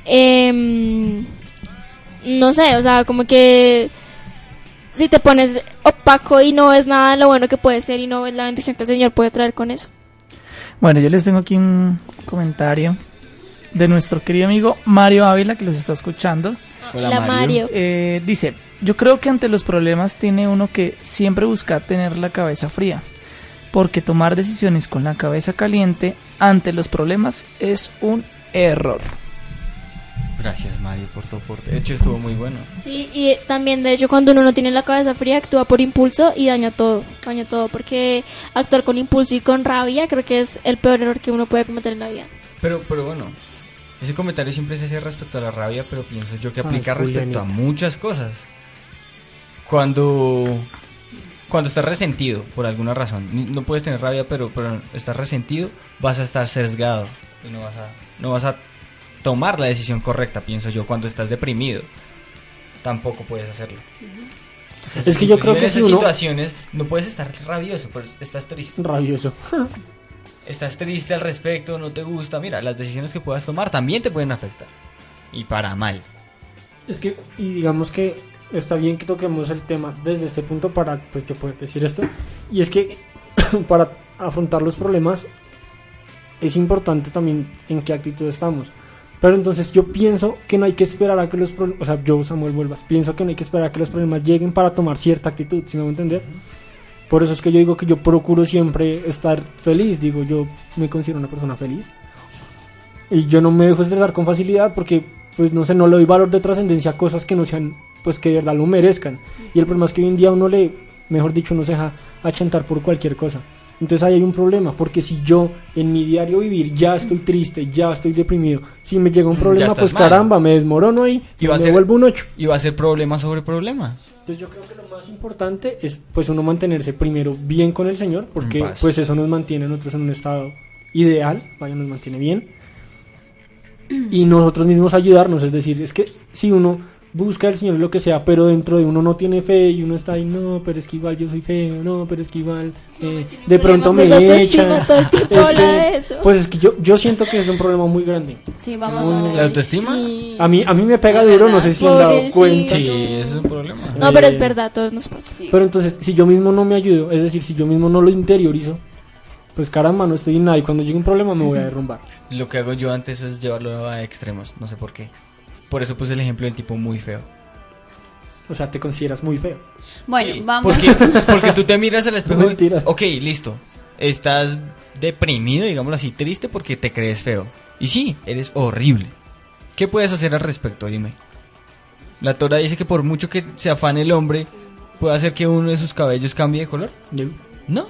eh, no sé, o sea, como que si te pones opaco y no ves nada de lo bueno que puede ser y no ves la bendición que el Señor puede traer con eso. Bueno, yo les tengo aquí un comentario de nuestro querido amigo Mario Ávila, que los está escuchando. Hola, La Mario. Mario. Eh, dice, yo creo que ante los problemas tiene uno que siempre buscar tener la cabeza fría, porque tomar decisiones con la cabeza caliente ante los problemas es un error. Gracias, Mario, por tu aporte. De hecho, estuvo muy bueno. Sí, y también de hecho cuando uno no tiene la cabeza fría actúa por impulso y daña todo, daña todo, porque actuar con impulso y con rabia creo que es el peor error que uno puede cometer en la vida. Pero, pero bueno, ese comentario siempre se hace respecto a la rabia, pero pienso yo que Ay, aplica respecto Julianita. a muchas cosas. Cuando cuando estás resentido por alguna razón, ni- no puedes tener rabia, pero pero estás resentido, vas a estar sesgado y no vas a no vas a tomar la decisión correcta, pienso yo. Cuando estás deprimido, tampoco puedes hacerlo. Entonces, Es que yo creo inclusive que en si esas uno- situaciones no puedes estar rabioso, pero estás triste. Rabioso. Estás triste al respecto, no te gusta. Mira, las decisiones que puedas tomar también te pueden afectar. Y para mal. Es que, y digamos que está bien que toquemos el tema desde este punto para, pues yo poder decir esto. Y es que para afrontar los problemas es importante también en qué actitud estamos. Pero entonces yo pienso que no hay que esperar a que los problemas, o sea, yo, Samuel Vuelvas, pienso que no hay que esperar a que los problemas lleguen para tomar cierta actitud, ¿sí me voy a entender? Por eso es que yo digo que yo procuro siempre estar feliz, digo, yo me considero una persona feliz. Y yo no me dejo estresar con facilidad porque, pues no sé, no le doy valor de trascendencia a cosas que no sean, pues que de verdad lo merezcan. Y el problema es que hoy en día uno le, mejor dicho, uno se deja achantar por cualquier cosa. Entonces ahí hay un problema, porque si yo en mi diario vivir ya estoy triste, ya estoy deprimido, si me llega un Mm, problema, ya estás pues mal. caramba, me desmorono ahí Y y va a me ser- vuelvo un ocho. Y va a ser problema sobre problema. Entonces yo creo que lo más importante es pues uno mantenerse primero bien con el Señor, porque En paz. pues eso nos mantiene a nosotros en un estado ideal, vaya, nos mantiene bien. Y nosotros mismos ayudarnos, es decir, es que si uno busca al Señor lo que sea, pero dentro de uno no tiene fe y uno está ahí, no, pero es que igual yo soy feo, no, pero es que igual eh, de pronto me Problemas de autoestima, echan. todo el tiempo Es habla que, de eso. pues es que yo, yo siento que es un problema muy grande. Sí, vamos Muy a bien. ver. ¿La autoestima? Sí. A mí, a mí me pega De duro, verdad, no sé si han dado pobrecito. cuenta. Sí, ese es un problema. No, pero es Eh, verdad, a todos nos pasa. Sí. Pero entonces, si yo mismo no me ayudo, es decir, si yo mismo no lo interiorizo, pues caramba, no estoy en nada y cuando llegue un problema me voy a derrumbar. Lo que hago yo antes es llevarlo a extremos, no sé por qué. Por eso puse el ejemplo del tipo muy feo. O sea, te consideras muy feo. Bueno, Sí, vamos. Porque, porque tú te miras al espejo y, Mentiras. ok, listo. Estás deprimido, digámoslo así, triste porque te crees feo. Y sí, eres horrible. ¿Qué puedes hacer al respecto? Dime. La Torah dice que por mucho que se afane el hombre, ¿puede hacer que uno de sus cabellos cambie de color? No.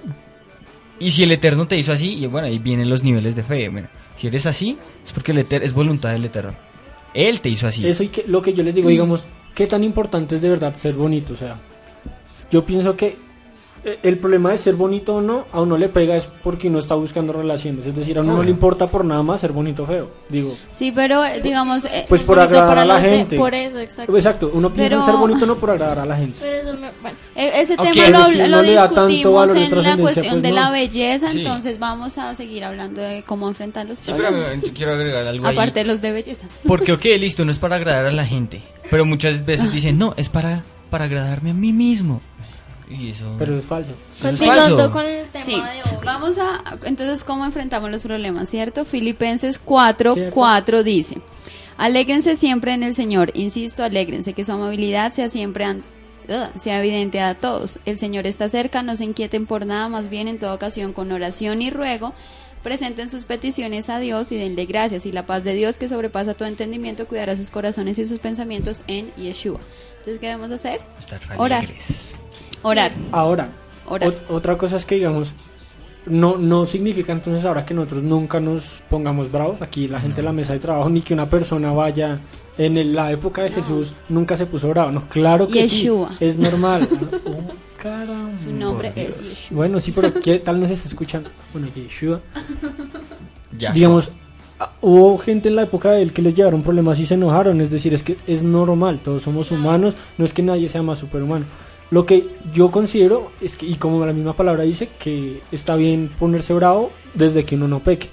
Y si el Eterno te hizo así, y bueno, ahí vienen los niveles de fe. Bueno, si eres así, es porque el Eter- es voluntad del Eterno. Él te hizo así. Eso y que, lo que yo les digo, digamos, ¿qué tan importante es de verdad ser bonito? O sea, yo pienso que eh, el problema de ser bonito o no, a uno le pega es porque uno está buscando relaciones. Es decir, a uno no Obvio. le importa por nada más ser bonito o feo. Digo, Sí, pero eh, digamos, eh, pues por Bonito agradar para a la los de- gente. por eso, exacto. Exacto, uno piensa en Pero- ser bonito no por agradar a la gente. Pero eso me, bueno. eh, ese Ok, tema pero lo, si lo no le da tanto discutimos valor de en la trascendencia, cuestión pues de no. la belleza, Sí. entonces vamos a seguir hablando de cómo enfrentar los Sí, pero problemas. yo quiero agregar algo ahí. Aparte de los de belleza. Porque, ok, listo, no es para agradar a la gente. Pero muchas veces dicen, no, es para, para agradarme a mí mismo. Y eso... Pero eso es falso. Eso es Continuando falso. con el tema Sí, de hoy. vamos a, entonces, ¿cómo enfrentamos los problemas, cierto? Filipenses cuatro, Cierto. cuatro dice, alégrense siempre en el Señor, insisto, alégrense, que su amabilidad sea siempre, an- ugh, sea evidente a todos. El Señor está cerca, no se inquieten por nada, más bien en toda ocasión con oración y ruego, presenten sus peticiones a Dios y denle gracias, y la paz de Dios que sobrepasa todo entendimiento cuidará sus corazones y sus pensamientos en Yeshua. Entonces, ¿qué debemos hacer? Estar Orar. alegres. Orar. Ahora, Orar. ot- otra cosa es que digamos, no, no significa entonces ahora que nosotros nunca nos pongamos bravos, aquí la gente de la mesa de trabajo, ni que una persona vaya, en el- la época de Jesús nunca se puso bravo, no, claro que Yeshua. sí, es normal. Oh, caramba. Su nombre Por es Dios. Yeshua. Bueno, sí, pero ¿qué tal nos está escuchando? Bueno, Yeshua. Ya. Digamos, ah, hubo gente en la época de él que les llevaron problemas y se enojaron, es decir, es que es normal, todos somos humanos, no es que nadie sea más superhumano. Lo que yo considero es que, y como la misma palabra dice, que está bien ponerse bravo desde que uno no peque.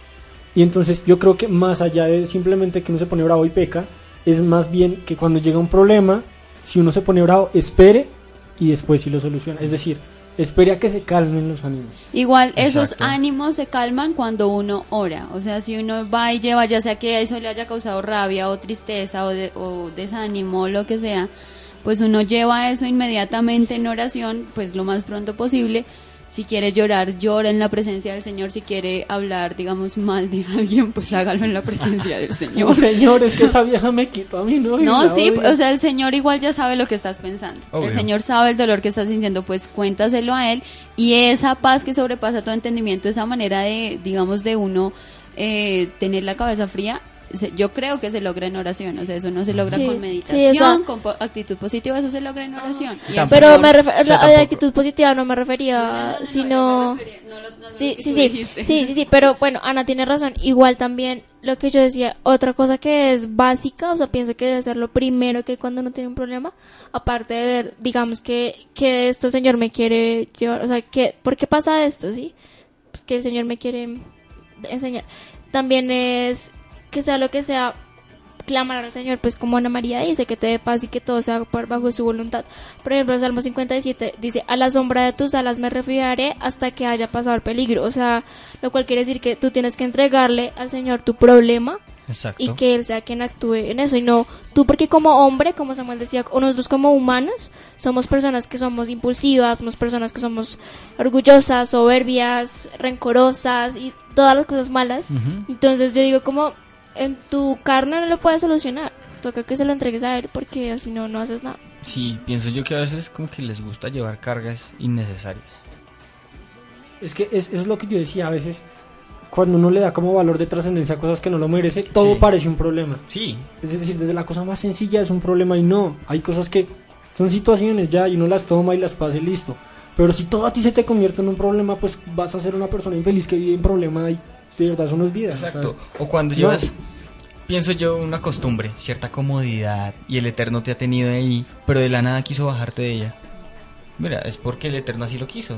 Y entonces yo creo que más allá de simplemente que uno se pone bravo y peca, es más bien que cuando llega un problema, si uno se pone bravo, espere y después sí lo soluciona. Es decir, espere a que se calmen los ánimos. Igual Exacto. esos ánimos se calman cuando uno ora, o sea, si uno va y lleva, ya sea que eso le haya causado rabia o tristeza o, de, o desánimo o lo que sea, pues uno lleva eso inmediatamente en oración, pues lo más pronto posible. Si quiere llorar, llora en la presencia del Señor. Si quiere hablar, digamos, mal de alguien, pues hágalo en la presencia del Señor. No, Señor, es que esa vieja me quitó a mí, ¿no? Y No, la sí, odio. o sea, el Señor igual ya sabe lo que estás pensando. Obvio. El Señor sabe el dolor que estás sintiendo, pues cuéntaselo a Él. Y esa paz que sobrepasa todo entendimiento, esa manera de, digamos, de uno eh, tener la cabeza fría, se- yo creo que se logra en oración. O sea, eso no se logra Sí, con sí, meditación, o sea- con po- actitud positiva, eso se logra en oración. Y el Tampoco- Pero Señor- me refer- o sea, la- de tampoco- actitud positiva no me refería, No, no, no, no, sino... yo me refería- no lo- no lo Sí, que sí, tú sí, dijiste. sí, sí, sí, pero bueno, Ana tiene razón. Igual también lo que yo decía, otra cosa que es básica, o sea, pienso que debe ser lo primero que cuando uno tiene un problema, aparte de ver, digamos que, que esto el Señor me quiere llevar, o sea, que, ¿por qué pasa esto, sí? Pues que el Señor me quiere enseñar. También es que sea lo que sea, clamar al Señor, pues como Ana María dice, que te dé paz y que todo sea por bajo su voluntad. Por ejemplo, el Salmo cincuenta y siete dice, a la sombra de tus alas me refugiaré hasta que haya pasado el peligro. O sea, lo cual quiere decir que tú tienes que entregarle al Señor tu problema Exacto. y que Él sea quien actúe en eso y no tú, porque como hombre, como Samuel decía, o nosotros como humanos somos personas que somos impulsivas, somos personas que somos orgullosas, soberbias, rencorosas y todas las cosas malas. Ujú. Entonces yo digo, como en tu carne no lo puedes solucionar, toca que se lo entregues a Él, porque si no, no haces nada. Sí, pienso yo que a veces como que les gusta llevar cargas innecesarias. Es que es, eso es lo que yo decía, a veces cuando uno le da como valor de trascendencia a cosas que no lo merece, todo Sí. parece un problema. Sí, Es decir, desde la cosa más sencilla es un problema y no, hay cosas que son situaciones ya y uno las toma y las pasa y listo. Pero si todo a ti se te convierte en un problema, pues vas a ser una persona infeliz que vive en problema y de verdad eso no es vida. exacto. o sea, O cuando No. llevas, pienso yo, una costumbre, cierta comodidad, y el Eterno te ha tenido ahí, pero de la nada quiso bajarte de ella. Mira, es porque el Eterno así lo quiso.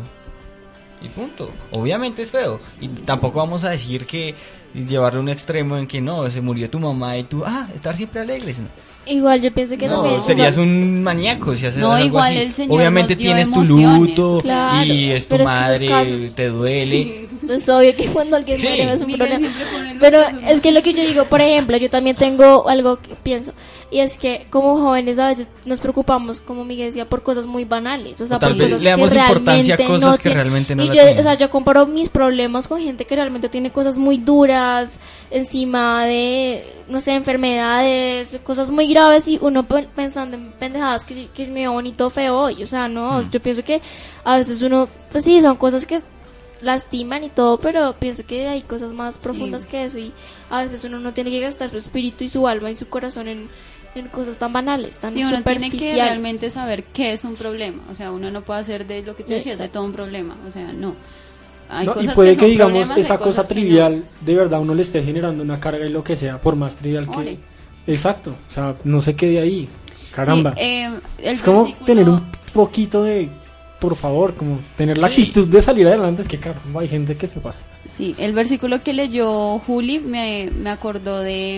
Y punto. Obviamente es feo. Y tampoco vamos a decir que llevarlo a un extremo en que no, se murió tu mamá y tú, ah, estar siempre alegres. No, Igual yo pienso que No, también serías un maníaco si haces No, algo igual así. el Señor Obviamente nos dio tienes tu emociones. luto Claro, y es tu pero es que esos madre, casos- te duele. es obvio que cuando alguien Sí. muere es un Miguel problema. siempre pone los Pero casos es que lo que yo digo, por ejemplo, yo también tengo algo que pienso, y es que como jóvenes a veces nos preocupamos, como Miguel decía, por cosas muy banales, o sea, O tal por vez cosas le damos que importancia a realmente cosas no que tienen- realmente no y la yo, tienen. o sea, yo comparo mis problemas con gente que realmente tiene cosas muy duras encima de, no sé, enfermedades, cosas muy graves, y uno pe- pensando en pendejadas que, sí- que es medio bonito o feo hoy, o sea, no, Mm. yo pienso que a veces uno, pues sí, son cosas que lastiman y todo, pero pienso que hay cosas más profundas Sí. que eso, y a veces uno no tiene que gastar su espíritu y su alma y su corazón en, en cosas tan banales, tan Sí, uno tiene que superficiales. realmente saber qué es un problema. O sea, uno no puede hacer de lo que tú decías, de Exacto. todo un problema. O sea, no. Hay no, y cosas puede que, son digamos problemas, hay esa cosa cosas que no. trivial de verdad uno le esté generando una carga y lo que sea, por más trivial que... Ore. Exacto, o sea, no se quede ahí, caramba. Sí, eh, el es como versículo- tener un poquito de, por favor, como tener la Sí. actitud de salir adelante, es que caramba, hay gente que se pasa. Sí, el versículo que leyó Juli me, me acordó de,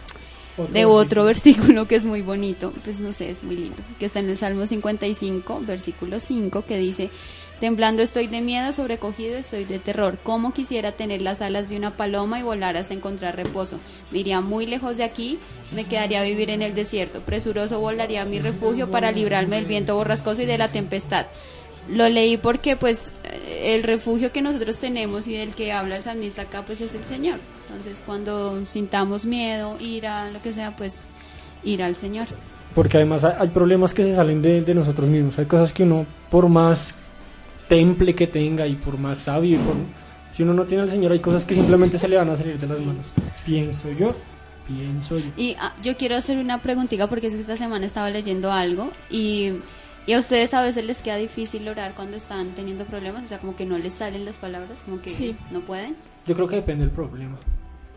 mm, Otro de otro versículo que es muy bonito, pues no sé, es muy lindo, que está en el Salmo cincuenta y cinco, versículo cinco, que dice: temblando estoy de miedo, sobrecogido estoy de terror, cómo quisiera tener las alas de una paloma y volar hasta encontrar reposo, me iría muy lejos de aquí, me quedaría a vivir en el desierto, presuroso volaría a mi refugio para librarme del viento borrascoso y de la tempestad. Lo leí porque pues eh, el refugio que nosotros tenemos y del que habla el salmista acá pues es el Señor. Entonces cuando sintamos miedo, ira, lo que sea, pues ir al Señor. Porque además hay, hay problemas que se salen de, de nosotros mismos, hay cosas que uno, por más temple que tenga y por más sabio, y por, si uno no tiene al Señor, hay cosas que simplemente se le van a salir de las manos. Pienso yo, pienso yo. Y ah, yo quiero hacer una preguntita porque es que esta semana estaba leyendo algo y, y a ustedes a veces les queda difícil orar cuando están teniendo problemas, o sea, como que no les salen las palabras, como que Sí. no pueden. Yo creo que depende del problema.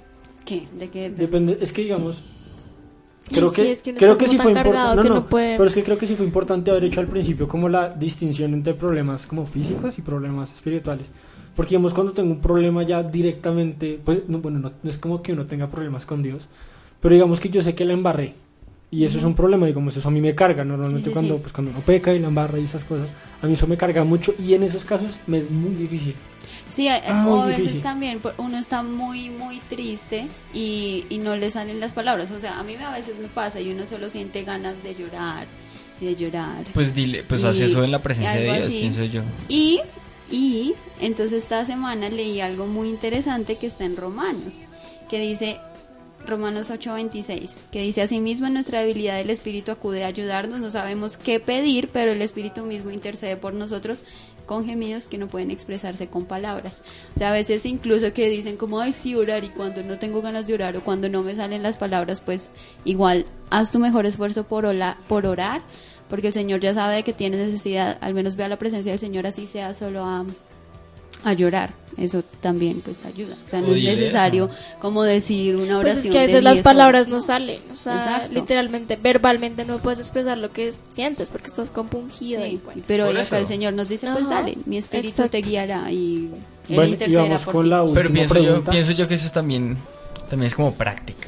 qué? ¿De qué? Depende, es que digamos, Ay, creo sí, que es que uno creo está que como sí tan fue cargado importante, no, que no, no puede. pero es que creo que sí fue importante haber hecho al principio como la distinción entre problemas como físicos y problemas espirituales. Porque digamos, cuando tengo un problema ya directamente, pues no, bueno, no, no es como que uno tenga problemas con Dios, pero digamos que yo sé que la embarré y eso es un problema, digamos, eso a mí me carga normalmente. Sí, sí, cuando sí. pues cuando uno peca y la embarra y esas cosas, a mí eso me carga mucho y en esos casos me es muy difícil. Sí, a, Ah, o muy a veces difícil. también por- uno está muy, muy triste y, y no le salen las palabras. O sea, a mí a veces me pasa y uno solo siente ganas de llorar y de llorar. Pues dile, pues Y- haz eso en la y presencia algo de Dios, así. pienso yo. Y, y entonces esta semana leí algo muy interesante que está en Romanos, que dice, Romanos ocho veintiséis, que dice: asimismo en nuestra debilidad el Espíritu acude a ayudarnos, no sabemos qué pedir, pero el Espíritu mismo intercede por nosotros con gemidos que no pueden expresarse con palabras. O sea, a veces incluso que dicen como, ay, sí, orar, y cuando no tengo ganas de orar o cuando no me salen las palabras, pues igual haz tu mejor esfuerzo por, ola- por orar, porque el Señor ya sabe de que tienes necesidad, al menos ve a la presencia del Señor, así sea solo a, a llorar. Eso también pues ayuda. O sea, no O es dile necesario eso. como decir una oración. Pues es que a de veces las diez palabras horas, no salen, o sea, Exacto. literalmente, verbalmente no puedes expresar lo que sientes porque estás compungido. Sí, y bueno. pero Por acá eso. el Señor nos dice, pues Ajá, dale, mi espíritu exacto. te guiará y Él Bueno, y intercederá vamos por con ti. la última Pero pienso yo, pregunta. pienso yo que eso también, también es como práctica.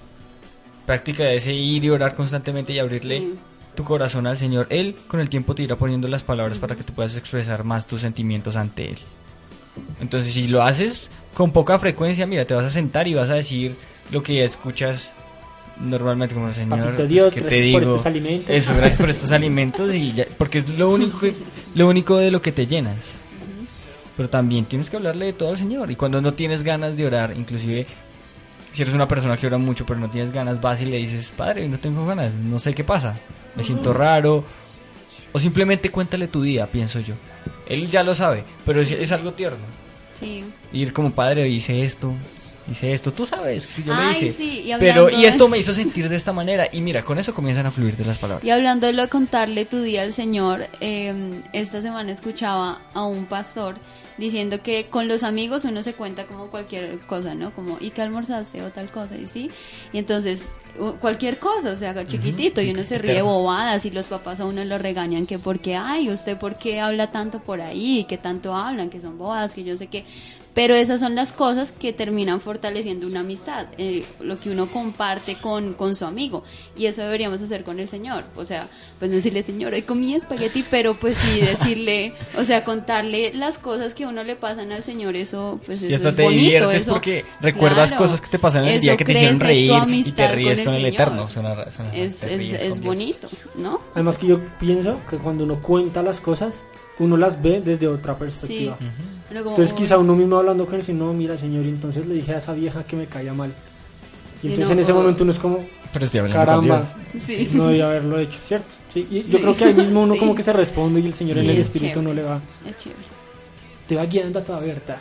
Práctica de ese ir y orar constantemente y abrirle Sí. tu corazón al Señor. Él con el tiempo te irá poniendo las palabras para que tú puedas expresar más tus sentimientos ante Él. Entonces, si lo haces con poca frecuencia, mira, te vas a sentar y vas a decir lo que ya escuchas normalmente, como Señor, Papito Dios, pues, ¿qué te gracias por digo? estos alimentos. Eso, gracias por estos alimentos y ya, porque es lo único que, lo único de lo que te llenas. Pero también tienes que hablarle de todo al Señor. Y cuando no tienes ganas de orar, inclusive si eres una persona que ora mucho pero no tienes ganas, vas y le dices, Padre, no tengo ganas, no sé qué pasa, me siento raro. O simplemente cuéntale tu día, pienso yo. Él ya lo sabe, pero es, es algo tierno. Sí. Ir como, Padre, hice esto, hice esto, tú sabes que yo Ay, lo hice. sí, y pero hablando y de- esto me hizo sentir de esta manera. Y mira, con eso comienzan a fluir de las palabras. Y hablando de lo de contarle tu día al Señor, eh, esta semana escuchaba a un pastor diciendo que con los amigos uno se cuenta como cualquier cosa, ¿no? Como, ¿y qué almorzaste? O tal cosa, ¿y sí? Y entonces, u- cualquier cosa, o sea, chiquitito, y uno se ríe Eterno. bobadas y los papás a uno lo regañan que porque, ay, ¿usted por qué habla tanto por ahí? Que tanto hablan, que son bobadas, que yo sé qué. Pero esas son las cosas que terminan fortaleciendo una amistad, eh, lo que uno comparte con, con su amigo. Y eso deberíamos hacer con el Señor. O sea, pues no decirle, Señor, hoy comí espagueti, pero pues sí decirle, o sea, contarle las cosas que a uno le pasan al Señor, eso pues Y eso hasta es te bonito. diviertes Eso, porque recuerdas claro, cosas que te pasan en el eso día que te hicieron crece tu reír y te amistad ríes con el, Señor. Eterno. Suena- suena- es te es, ríes es con Dios. bonito, ¿no? Además que yo pienso que cuando uno cuenta las cosas, uno las ve desde otra perspectiva. Sí. Pero como, Entonces uy, quizá uno mismo hablando con él dice, no, mira Señor, y entonces le dije a esa vieja que me caía mal. Y Y entonces no, en ese oh. momento uno es como, Pero estoy hablando con caramba, Dios. Sí. no debía haberlo hecho, ¿cierto? Sí, y Sí. yo creo que ahí mismo uno Sí. como que se responde y el Señor Sí, en el es Espíritu chévere. no le va, Es chévere. te va guiando a toda verdad.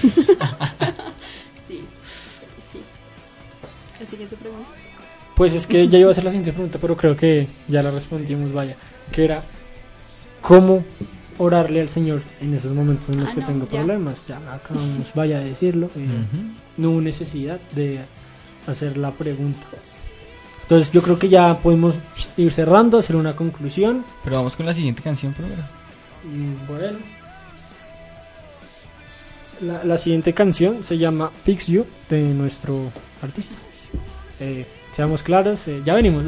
Sí. Sí. La siguiente pregunta. Pues es que ya iba a ser la siguiente pregunta, pero creo que ya la respondimos, vaya, que era, ¿cómo orarle al Señor en esos momentos en los Ah, que no, tengo ya. problemas? Ya acabamos, vaya a decirlo, eh, Ujú. no hubo necesidad de hacer la pregunta. Entonces yo creo que ya podemos ir cerrando, hacer una conclusión. Pero vamos con la siguiente canción primero. Mm, Bueno, la, la siguiente canción se llama Fix You de nuestro artista. Eh, seamos claros, eh, ya venimos.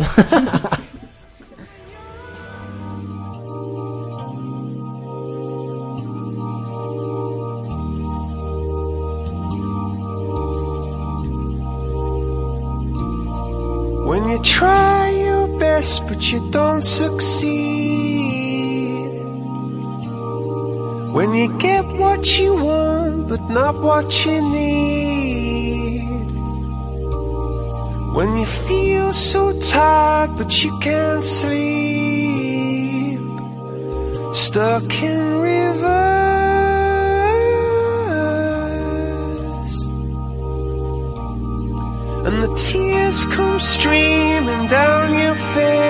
When you try your best but you don't succeed, when you get what you want but not what you need, when you feel so tired but you can't sleep, stuck in reverse, and the tears come streaming down your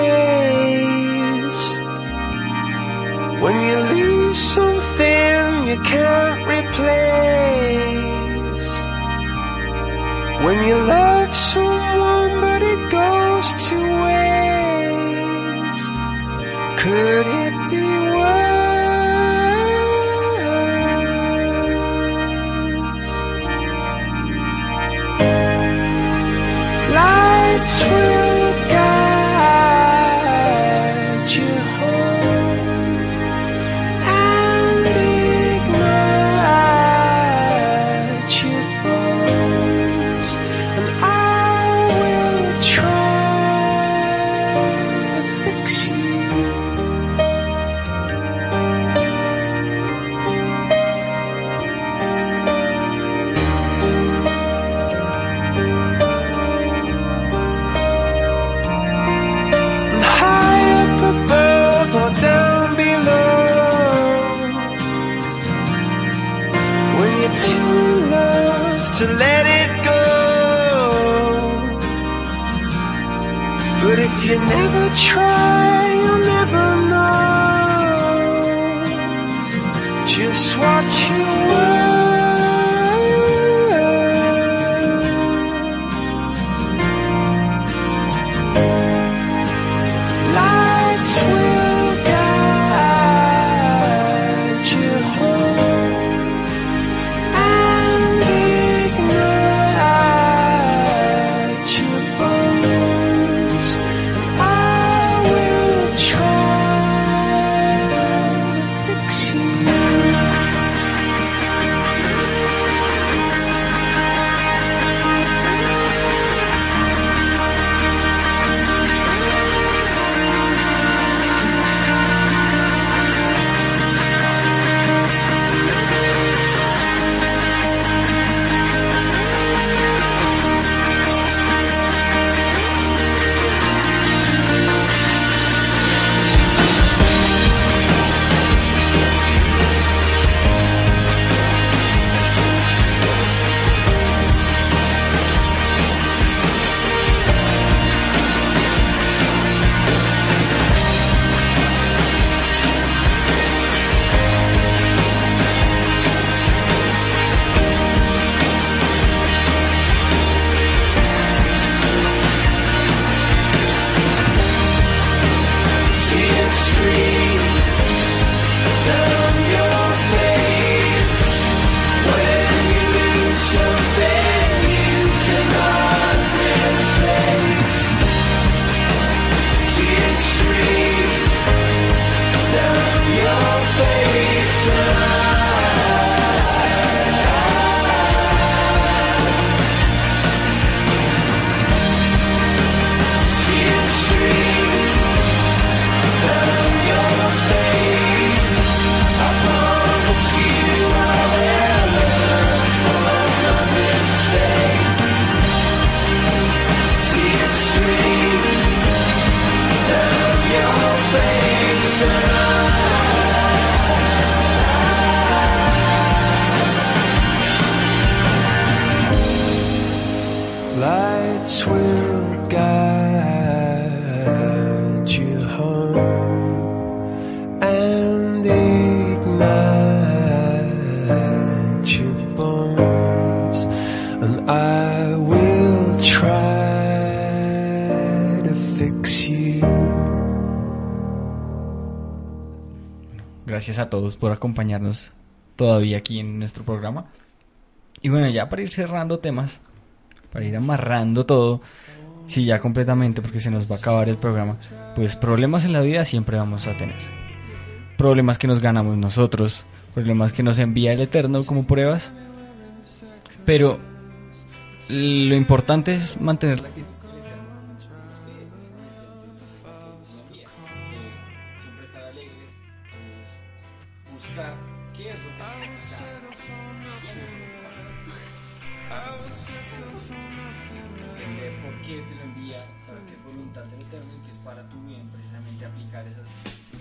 face, when you lose something you can't replace, when you love someone, but it goes to waste. Could it be worse? Lights will guide you home and ignite your bones, and I will try to fix you. And high up above or down below, when you're too in love to let it go. But if you never try, you'll never know just what you were. Lights will guide you home and ignite your bones, and I will try to fix you. See a stream down your face when you lose something you cannot replace. See a stream down your face. See a stream down your face. I promise you I will learn from your mistakes. See a stream down your face. Lights will guide you home and ignite your bones, and I will try to fix you. Gracias a todos por acompañarnos todavía aquí en nuestro programa. Y bueno, ya para ir cerrando temas, para ir amarrando todo, sí, ya completamente, porque se nos va a acabar el programa, pues problemas en la vida siempre vamos a tener. Problemas que nos ganamos nosotros, problemas que nos envía el Eterno como pruebas, pero lo importante es mantener la actitud. Siempre estar alegres, buscar qué es lo que se busca. Entender por qué te lo envía, saber que es voluntad del Eterno y que es para tu bien, precisamente aplicar esas cosas.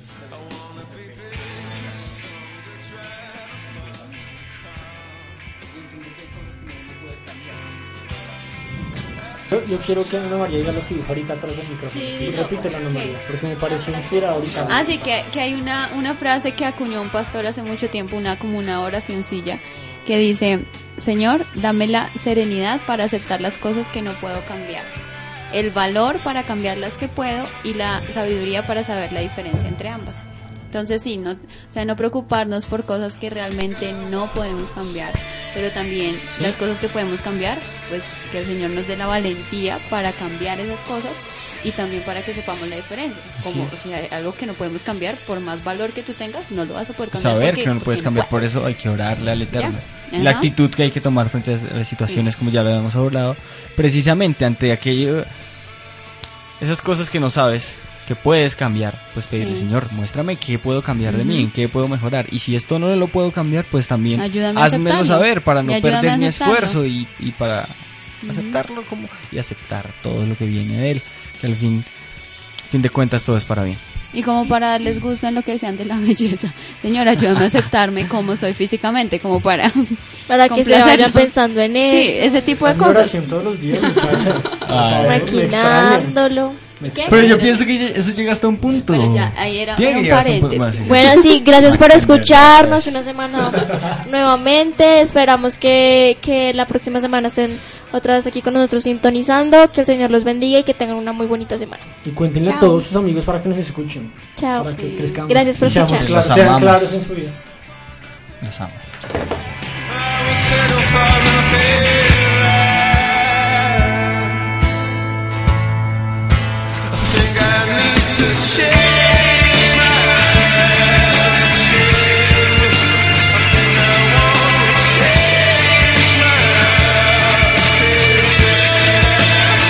Y entender que hay cosas que no puedes cambiar. Yo, yo quiero que Ana María diga lo que dijo ahorita atrás del micrófono. Sí, Sí, digo, repítelo, Ana ¿qué? María, porque me pareció inspirador y sabio. Ah, sí, que, que hay una, una frase que acuñó un pastor hace mucho tiempo, una como una oracioncilla, que dice: Señor, dame la serenidad para aceptar las cosas que no puedo cambiar, el valor para cambiar las que puedo y la sabiduría para saber la diferencia entre ambas. Entonces sí, no, o sea, no preocuparnos por cosas que realmente no podemos cambiar, pero también ¿sí? las cosas que podemos cambiar, pues que el Señor nos dé la valentía para cambiar esas cosas y también para que sepamos la diferencia. Como sí. si hay algo que no podemos cambiar, por más valor que tú tengas, no lo vas a poder cambiar. Saber porque, que no lo puedes cambiar, no por eso hay que orarle al Eterno. La actitud que hay que tomar frente a las situaciones, sí. como ya lo habíamos hablado, precisamente ante aquello, esas cosas que no sabes que puedes cambiar, pues pedirle, sí. Señor, muéstrame qué puedo cambiar uh-huh. de mí, en qué puedo mejorar, y si esto no lo puedo cambiar, pues también ayúdame házmelo saber para no perder mi aceptarlo. esfuerzo y, y para uh-huh. aceptarlo como y aceptar todo lo que viene de él, que al fin, fin de cuentas todo es para bien. Y como para darles gusto en lo que sean de la belleza. Señor, ayúdame a aceptarme como soy físicamente, como para para que se vayan pensando en eso. Sí, ese tipo de cosas. Todos los días, muchachas. Maquinándolo. Pero yo pienso que eso llega hasta un punto. Pero ya, ahí era, era un paréntesis. Un sí. Bueno, sí, gracias por escucharnos una semana nuevamente. Esperamos que, que la próxima semana estén otra vez aquí con nosotros sintonizando. Que el Señor los bendiga y que tengan una muy bonita semana. Y cuéntenle Chao. a todos sus amigos para que nos escuchen. Chao. Para que crezcamos. Gracias por escuchar. Claros, sean claros en su vida. Los amo.